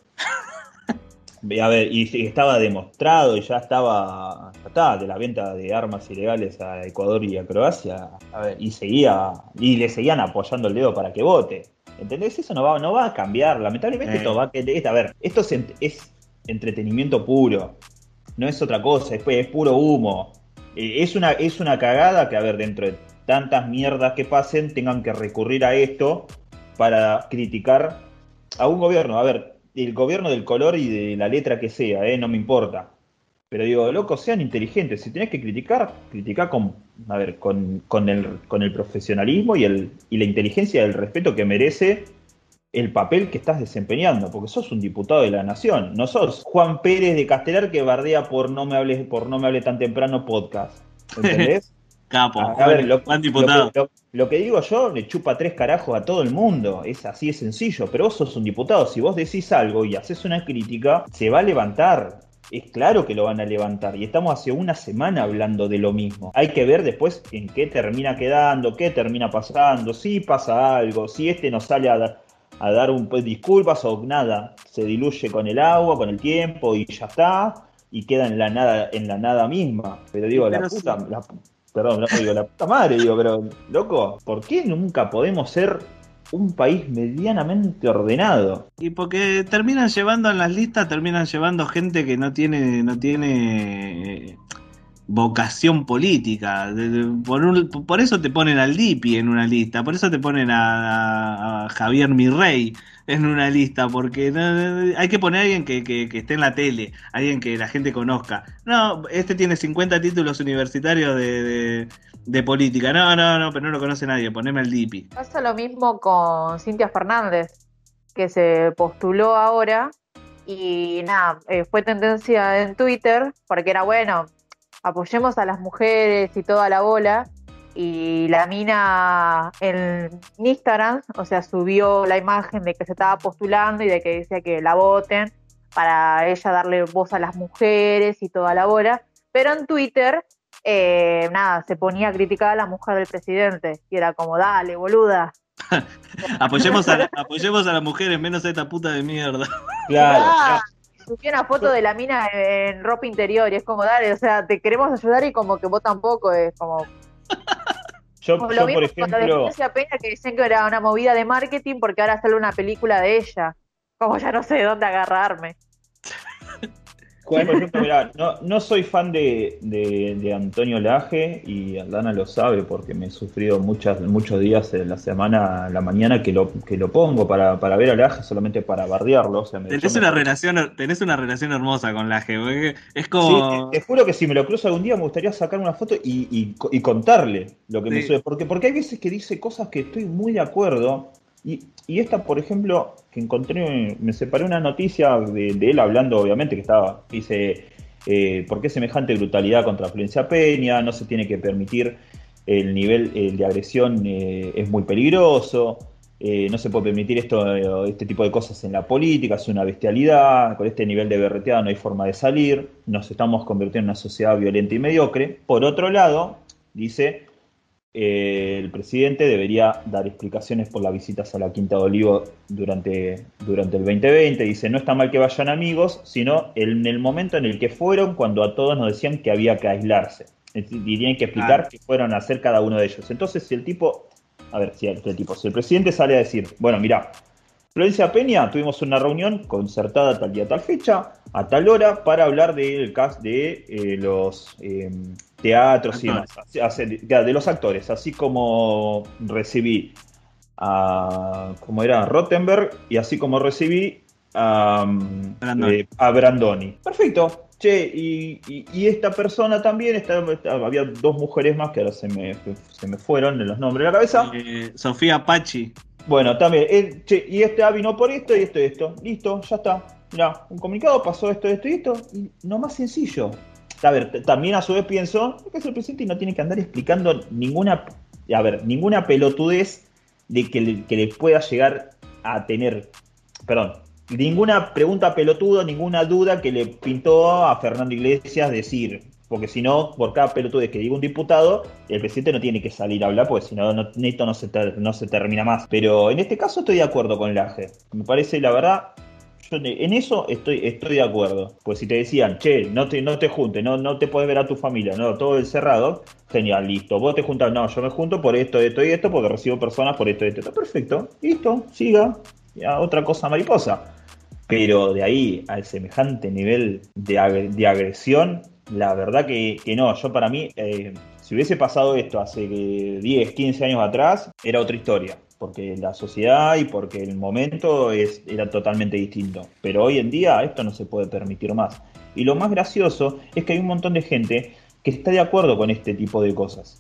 A ver, y estaba demostrado y ya estaba, ya estaba de la venta de armas ilegales a Ecuador y a Croacia, a ver, y seguía, y le seguían apoyando el dedo para que vote. ¿Entendés? Eso no va, no va a cambiar. Lamentablemente eh. esto va a que, a ver, esto es, es entretenimiento puro, no es otra cosa, es, es puro humo. Es una, es una cagada que, a ver, dentro de tantas mierdas que pasen, tengan que recurrir a esto para criticar a un gobierno. A ver, el gobierno del color y de la letra que sea, ¿eh? No me importa. Pero digo, loco, sean inteligentes. Si tenés que criticar, criticá con a ver, con, con, el, con el profesionalismo y, el, y la inteligencia y el respeto que merece el papel que estás desempeñando, porque sos un diputado de la nación, no sos Juan Pérez de Castelar que bardea por no me hables, por no me hable tan temprano podcast, ¿entendés? Capo, a, a ver, lo, Juan diputado. Lo que, lo, lo que digo yo le chupa tres carajos a todo el mundo, es así de sencillo, pero vos sos un diputado, si vos decís algo y haces una crítica, se va a levantar. Es claro que lo van a levantar y estamos hace una semana hablando de lo mismo. Hay que ver después en qué termina quedando, qué termina pasando, si pasa algo, si este nos sale a dar, a dar un pues, disculpas o nada, se diluye con el agua, con el tiempo y ya está, y queda en la nada, en la nada misma. Pero digo, pero la puta, sí. la, perdón, no digo la puta madre, digo, pero loco, ¿por qué nunca podemos ser un país medianamente ordenado? Y porque terminan llevando en las listas, terminan llevando gente que no tiene, no tiene vocación política. Por, un, por eso te ponen al Dipi en una lista, por eso te ponen a, a Javier Mirrey en una lista, porque no, hay que poner a alguien que, que, que esté en la tele, alguien que la gente conozca. No, este tiene cincuenta títulos universitarios de, de, de política. No, no, no, pero no lo conoce nadie, poneme al Dipi. Pasa lo mismo con Cintia Fernández, que se postuló ahora y nada, eh, fue tendencia en Twitter, porque era bueno, apoyemos a las mujeres y toda la bola, y la mina en Instagram, o sea, subió la imagen de que se estaba postulando y de que decía que la voten para ella darle voz a las mujeres y toda la bola, pero en Twitter, eh, nada, se ponía a criticar a la mujer del presidente, y era como, dale, boluda. apoyemos, a, apoyemos a las mujeres, menos a esta puta de mierda. Claro, claro. Subí una foto de la mina en ropa interior y es como, dale, o sea, te queremos ayudar y como que vos tampoco, es como... Yo, como yo lo mismo por ejemplo... con la Florencia Peña, que dicen que era una movida de marketing porque ahora sale una película de ella. Como ya no sé de dónde agarrarme. Por ejemplo, mirá, no, no soy fan de, de, de Antonio Laje, y Aldana lo sabe porque me he sufrido muchas, muchos días en la semana, a la mañana que lo, que lo pongo para, para ver a Laje solamente para bardearlo. O sea, me, tenés, me... una relación, tenés una relación hermosa con Laje, es como... Sí, te, te juro que si me lo cruzo algún día me gustaría sacar una foto y, y, y contarle lo que sí. me sucede, porque, porque hay veces que dice cosas que estoy muy de acuerdo. Y, y esta, por ejemplo, que encontré, me separé una noticia de, de él hablando, obviamente, que estaba, dice, eh, ¿por qué semejante brutalidad contra Florencia Peña? No se tiene que permitir, el nivel el de agresión eh, es muy peligroso, eh, no se puede permitir esto, este tipo de cosas en la política, es una bestialidad, con este nivel de berreteada no hay forma de salir, nos estamos convirtiendo en una sociedad violenta y mediocre. Por otro lado, dice... Eh, el presidente debería dar explicaciones por las visitas a la Quinta de Olivo durante, durante el veinte veinte. Dice, no está mal que vayan amigos, sino en el momento en el que fueron, cuando a todos nos decían que había que aislarse. Y tienen que explicar ah. qué fueron a hacer cada uno de ellos. Entonces, si el tipo, a ver, si el, el tipo, si el presidente sale a decir, bueno, mirá, Florencia Peña, tuvimos una reunión concertada tal día, tal fecha, a tal hora, para hablar del caso de eh, los... Eh, teatros y demás, de los actores, así como recibí a, como era, Rottenberg, y así como recibí a, Brandoni. Eh, a Brandoni. Perfecto. Che, y, y, y esta persona también, está, está, había dos mujeres más que ahora se me, se me fueron de los nombres de la cabeza. Eh, Sofía Pachi. Bueno, también, eh, che, y este ah, vino por esto y esto y esto. Listo, ya está. Mirá, un comunicado, pasó esto, esto y esto, y no más sencillo. A ver, t- también a su vez pienso que es el presidente y no tiene que andar explicando ninguna, a ver, ninguna pelotudez de que le, que le pueda llegar a tener, perdón, ninguna pregunta pelotuda, ninguna duda que le pintó a Fernando Iglesias decir, porque si no, por cada pelotudez que diga un diputado, el presidente no tiene que salir a hablar, porque si no, no esto no se, ter- no se termina más. Pero en este caso estoy de acuerdo con Laje, me parece, la verdad... Yo en eso estoy estoy de acuerdo. Pues si te decían, che, no te, no te juntes, no, no te puedes ver a tu familia, no, todo encerrado, genial, listo. Vos te juntas, no, yo me junto por esto, esto y esto, porque recibo personas por esto y esto. Perfecto, listo, siga. Ya, otra cosa mariposa. Pero de ahí al semejante nivel de, ag- de agresión, la verdad que, que no. Yo para mí, eh, si hubiese pasado esto hace diez, quince años atrás, era otra historia. Porque la sociedad y porque el momento es, era totalmente distinto. Pero hoy en día esto no se puede permitir más. Y lo más gracioso es que hay un montón de gente que está de acuerdo con este tipo de cosas.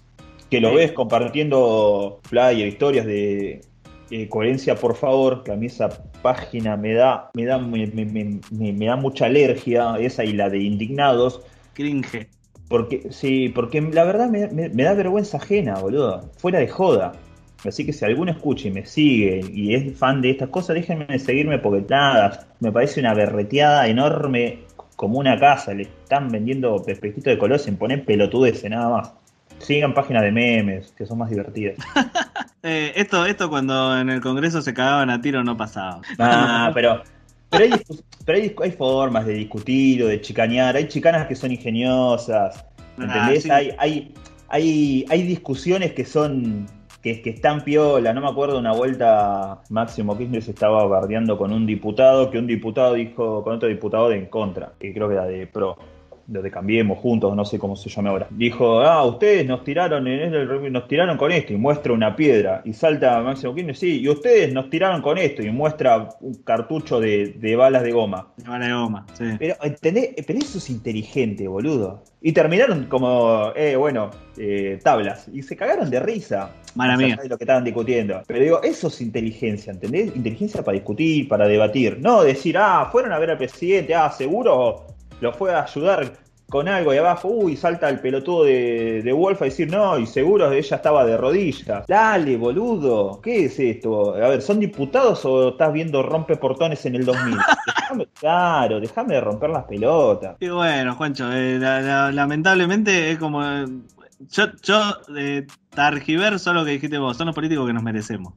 que lo Sí. ves compartiendo flyer, historias de eh, coherencia, por favor, que a mí esa página me da, me da, me, me, me, me- me da mucha alergia, esa y la de Indignados. Cringe. Porque, sí, porque la verdad me, me- me da vergüenza ajena, boludo. Fuera de joda. Así que si alguno escucha y me sigue y es fan de estas cosas, déjenme de seguirme porque nada, me parece una berreteada enorme como una casa. Le están vendiendo espejitos de color sin poner pelotudeces, nada más. Sigan páginas de memes, que son más divertidas. Eh, esto, esto cuando en el Congreso se cagaban a tiro no pasaba. Ah, pero, pero, hay, discus- pero hay, discu- hay formas de discutir o de chicanear. Hay chicanas que son ingeniosas. ¿Entendés? Ah, sí. hay, hay, hay, hay discusiones que son. Que, que están piola. No me acuerdo una vuelta Máximo Kirchner se estaba bardeando con un diputado, que un diputado dijo con otro diputado de en contra, que creo que era de pro. Lo de Cambiemos Juntos, no sé cómo se llama ahora. Dijo, ah, ustedes nos tiraron en el, nos tiraron con esto y muestra una piedra. Y salta Máximo Kirchner, sí, y ustedes nos tiraron con esto y muestra un cartucho de, de balas de goma. De bala de goma, sí. Pero, ¿entendés? Pero eso es inteligente, boludo. Y terminaron como, eh, bueno, eh, tablas. Y se cagaron de risa. Mala Más allá mía. de lo que estaban discutiendo. Pero digo, eso es inteligencia, ¿entendés? Inteligencia para discutir, para debatir. No decir, ah, fueron a ver al presidente, ah, seguro lo fue a ayudar con algo y abajo, uy, salta el pelotudo de, de Wolf a decir, no, y seguro ella estaba de rodillas. Dale, boludo, ¿qué es esto? A ver, ¿son diputados o estás viendo rompeportones en el dos mil? Dejame, claro, déjame de romper las pelotas. Y bueno, Juancho, eh, la- la- lamentablemente es como... eh, yo yo eh, targiverso lo que dijiste vos, son los políticos que nos merecemos.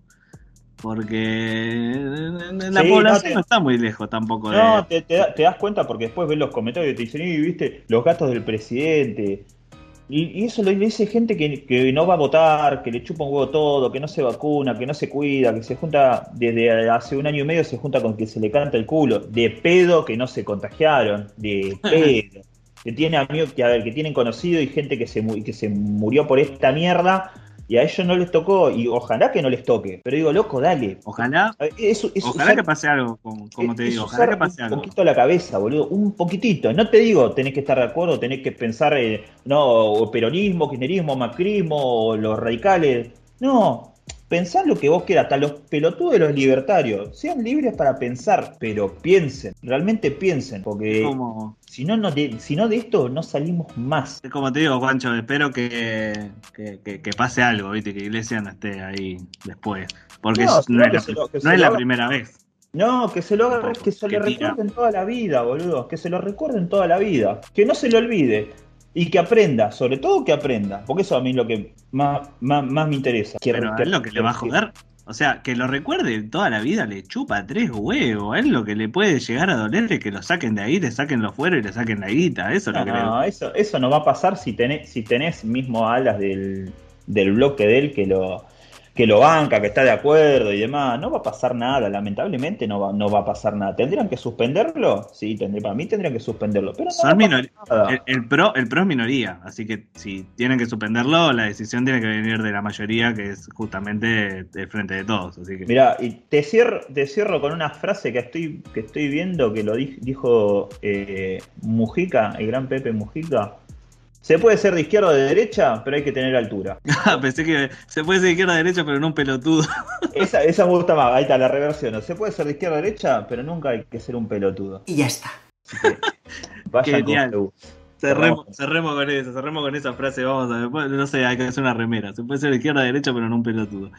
Porque eh, la Sí, población no te- no está muy lejos tampoco de... No, te, te da- te das cuenta porque después ves los comentarios y te dicen, y viste, los gastos del presidente. Y, y eso lo dice gente que, que no va a votar, que le chupa un huevo todo, que no se vacuna, que no se cuida, que se junta, desde hace un año y medio se junta con que se le canta el culo, de pedo que no se contagiaron, de pedo. Que tiene amigos que, a ver, que tienen conocido y gente que se, mu- que se murió por esta mierda. Y a ellos no les tocó, y ojalá que no les toque. Pero digo, loco, dale. Ojalá, A ver, eso- eso ojalá usar- que pase algo, como, como te es digo, usar ojalá que pase un algo. poquito la cabeza, boludo, un poquitito. No te digo, tenés que estar de acuerdo, tenés que pensar, eh, no, o peronismo, kirchnerismo, macrismo, o los radicales. No, pensá lo que vos quieras, hasta los pelotudos de los libertarios. Sean libres para pensar, pero piensen, realmente piensen, porque Como- si no, no de, si no de esto no salimos más. Es como te digo, Juancho, espero que, que, que- que pase algo, ¿viste? Que Iglesia no esté ahí después. Porque No, es- no, sino es, que la, se lo- que no se es lo la haga- primera vez. No, que se lo haga, Tampoco, que se que lo tira. recuerden toda la vida, boludo. Que se lo recuerden toda la vida. Que no se lo olvide. Y que aprenda, sobre todo que aprenda. Porque eso a mí es lo que más, más, más me interesa. Que, Pero a que- él lo que le va a joder, o sea, que lo recuerde toda la vida le chupa tres huevos. A él lo que le puede llegar a doler es que lo saquen de ahí, le saquen los fuera y le saquen la guita. Eso es lo No, que le... no, eso, eso no va a pasar si tenés, si tenés mismo alas del, del bloque de él que lo, que lo banca, que está de acuerdo y demás. No va a pasar nada, lamentablemente no va, no va a pasar nada. ¿Tendrían que suspenderlo? Sí, tendría, para mí tendrían que suspenderlo. Pero no va Son a pasar minori- nada. el, el pro, el pro es minoría, así que si tienen que suspenderlo, la decisión tiene que venir de la mayoría, que es justamente el frente de todos. Así que Mirá, y te cierro, te cierro con una frase que estoy, que estoy viendo que lo di- dijo eh, Mujica, el gran Pepe Mujica. Se puede ser de izquierda o de derecha, pero hay que tener altura. pensé que se puede ser de izquierda a derecha, pero no un pelotudo. Esa, esa me gusta más, ahí está la reversión. Se puede ser de izquierda a derecha, pero nunca hay que ser un pelotudo. Y ya está. Vayan Genial. con Zeus. Cerremos, cerremos con eso, cerremos con esa frase, vamos a ver, no sé, hay que hacer una remera, se puede ser de izquierda a derecha, pero no un pelotudo.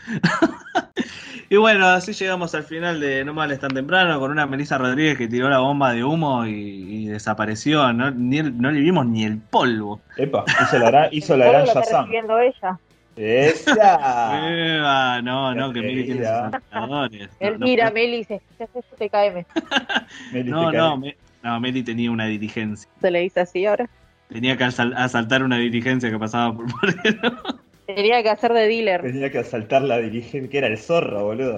Y bueno, así llegamos al final de No Males Tan Temprano, con una Melissa Rodríguez que tiró la bomba de humo y, y desapareció, no, ni el- no le vimos ni el polvo. Epa, hizo la gran, hizo la Todo gran lo que está Shazam. recibiendo ella. ¡Esa! Eva, no, no, que Qué Meli tiene sus querida. admiradores. Él No, no, mira, Meli dice, ¿qué haces T K M? Meli, no, te no, cae. me- no, Meli tenía una dirigencia. Se le dice así ahora. Tenía que asal- asaltar una dirigencia que pasaba por Moreno. Tenía que hacer de dealer. Tenía que asaltar la dirigente, que era el zorro, boludo.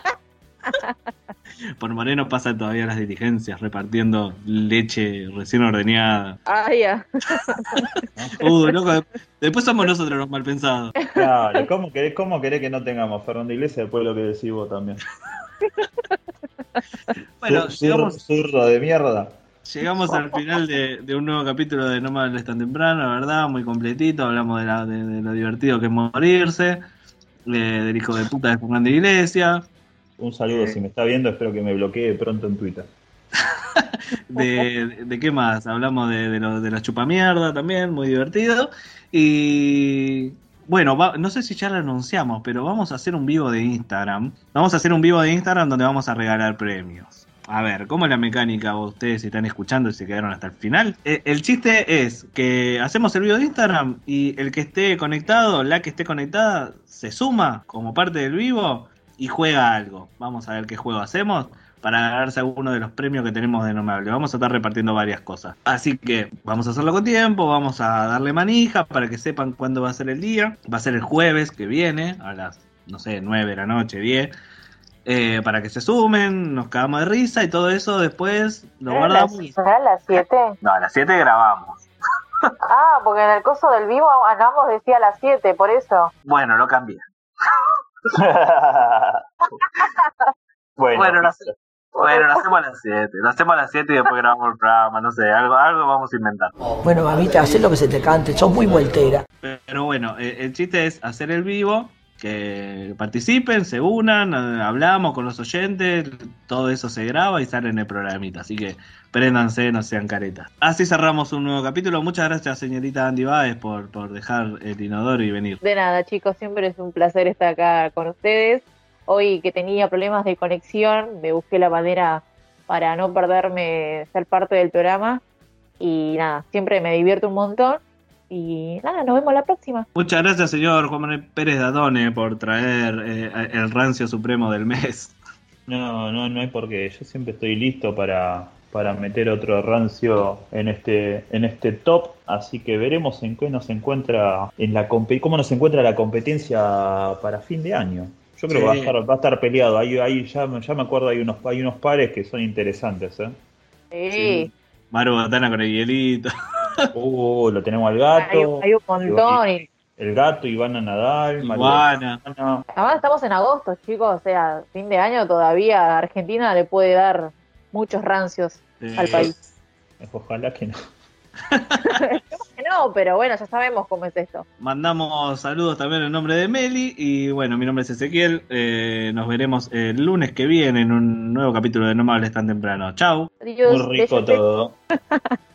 Por Moreno pasan todavía las dirigencias repartiendo leche recién ordeñada. Ah, ya. Uh, loco, después somos nosotros los mal pensados. Claro, ¿cómo querés, cómo querés que no tengamos Fernando Iglesias después de lo que decís vos también? Bueno, Zur- llegamos, zurdo de mierda. Llegamos al final de, de un nuevo capítulo de No me hables tan temprano, la verdad, muy completito. Hablamos de, la, de, de lo divertido que es morirse, de, del hijo de puta de Fernández Iglesias. Un saludo, si me está viendo, espero que me bloquee pronto en Twitter. De, de, de qué más, hablamos de, de, lo, de la chupamierda también, muy divertido. Y bueno, va, no sé si ya lo anunciamos, pero vamos a hacer un vivo de Instagram. Vamos a hacer un vivo de Instagram donde vamos a regalar premios. A ver, ¿cómo es la mecánica? Ustedes si están escuchando y se quedaron hasta el final. Eh, el chiste es que hacemos el vivo de Instagram y el que esté conectado, la que esté conectada, se suma como parte del vivo y juega algo. Vamos a ver qué juego hacemos para ganarse alguno de los premios que tenemos de No me hables. Vamos a estar repartiendo varias cosas. Así que vamos a hacerlo con tiempo, vamos a darle manija para que sepan cuándo va a ser el día. Va a ser el jueves que viene, a las, no sé, nueve de la noche, diez. Eh, para que se sumen, nos cagamos de risa y todo eso después lo guardamos. ¿Será a las siete? No, a las siete grabamos. Ah, porque en el coso del vivo ambos decía a las siete, por eso. Bueno, lo cambié. bueno, bueno, lo, bueno, lo hacemos a las siete. Lo hacemos a las siete y después grabamos el programa. No sé, algo, algo vamos a inventar. Bueno, mamita, hacé lo que se te cante. Sos muy voltera. Pero bueno, eh, el chiste es hacer el vivo, que participen, se unan, hablamos con los oyentes, todo eso se graba y sale en el programita. Así que préndanse, no sean caretas. Así cerramos un nuevo capítulo. Muchas gracias, señorita Andy Báez, por, por dejar el inodoro y venir. De nada, chicos, siempre es un placer estar acá con ustedes. Hoy que tenía problemas de conexión, me busqué la manera para no perderme ser parte del programa. Y nada, siempre me divierto un montón. Y nada, nos vemos la próxima. Muchas gracias, señor Juan Manuel Pérez Dadone, por traer eh, el rancio supremo del mes. No, no, no hay por qué. Yo siempre estoy listo para, para meter otro rancio en este, en este top. Así que veremos en qué nos encuentra, en la cómo nos encuentra la competencia para fin de año. Yo creo sí. que va a estar, va a estar peleado. Ahí, ahí ya, ya me acuerdo, hay unos, hay unos pares que son interesantes, ¿eh? Sí. sí. Maru Botana con el hielito. Uh, lo tenemos al gato. Hay, hay un montón. Y, el gato, Ivana Nadal, Ivana. Además estamos en agosto, chicos. O sea, fin de año todavía Argentina le puede dar muchos rancios eh, al país. Ojalá que no. que no, pero bueno, ya sabemos cómo es esto. Mandamos saludos también en nombre de Meli. Y bueno, mi nombre es Ezequiel. Eh, nos veremos el lunes que viene en un nuevo capítulo de No me hables tan temprano. Chau. Adiós. Muy rico todo.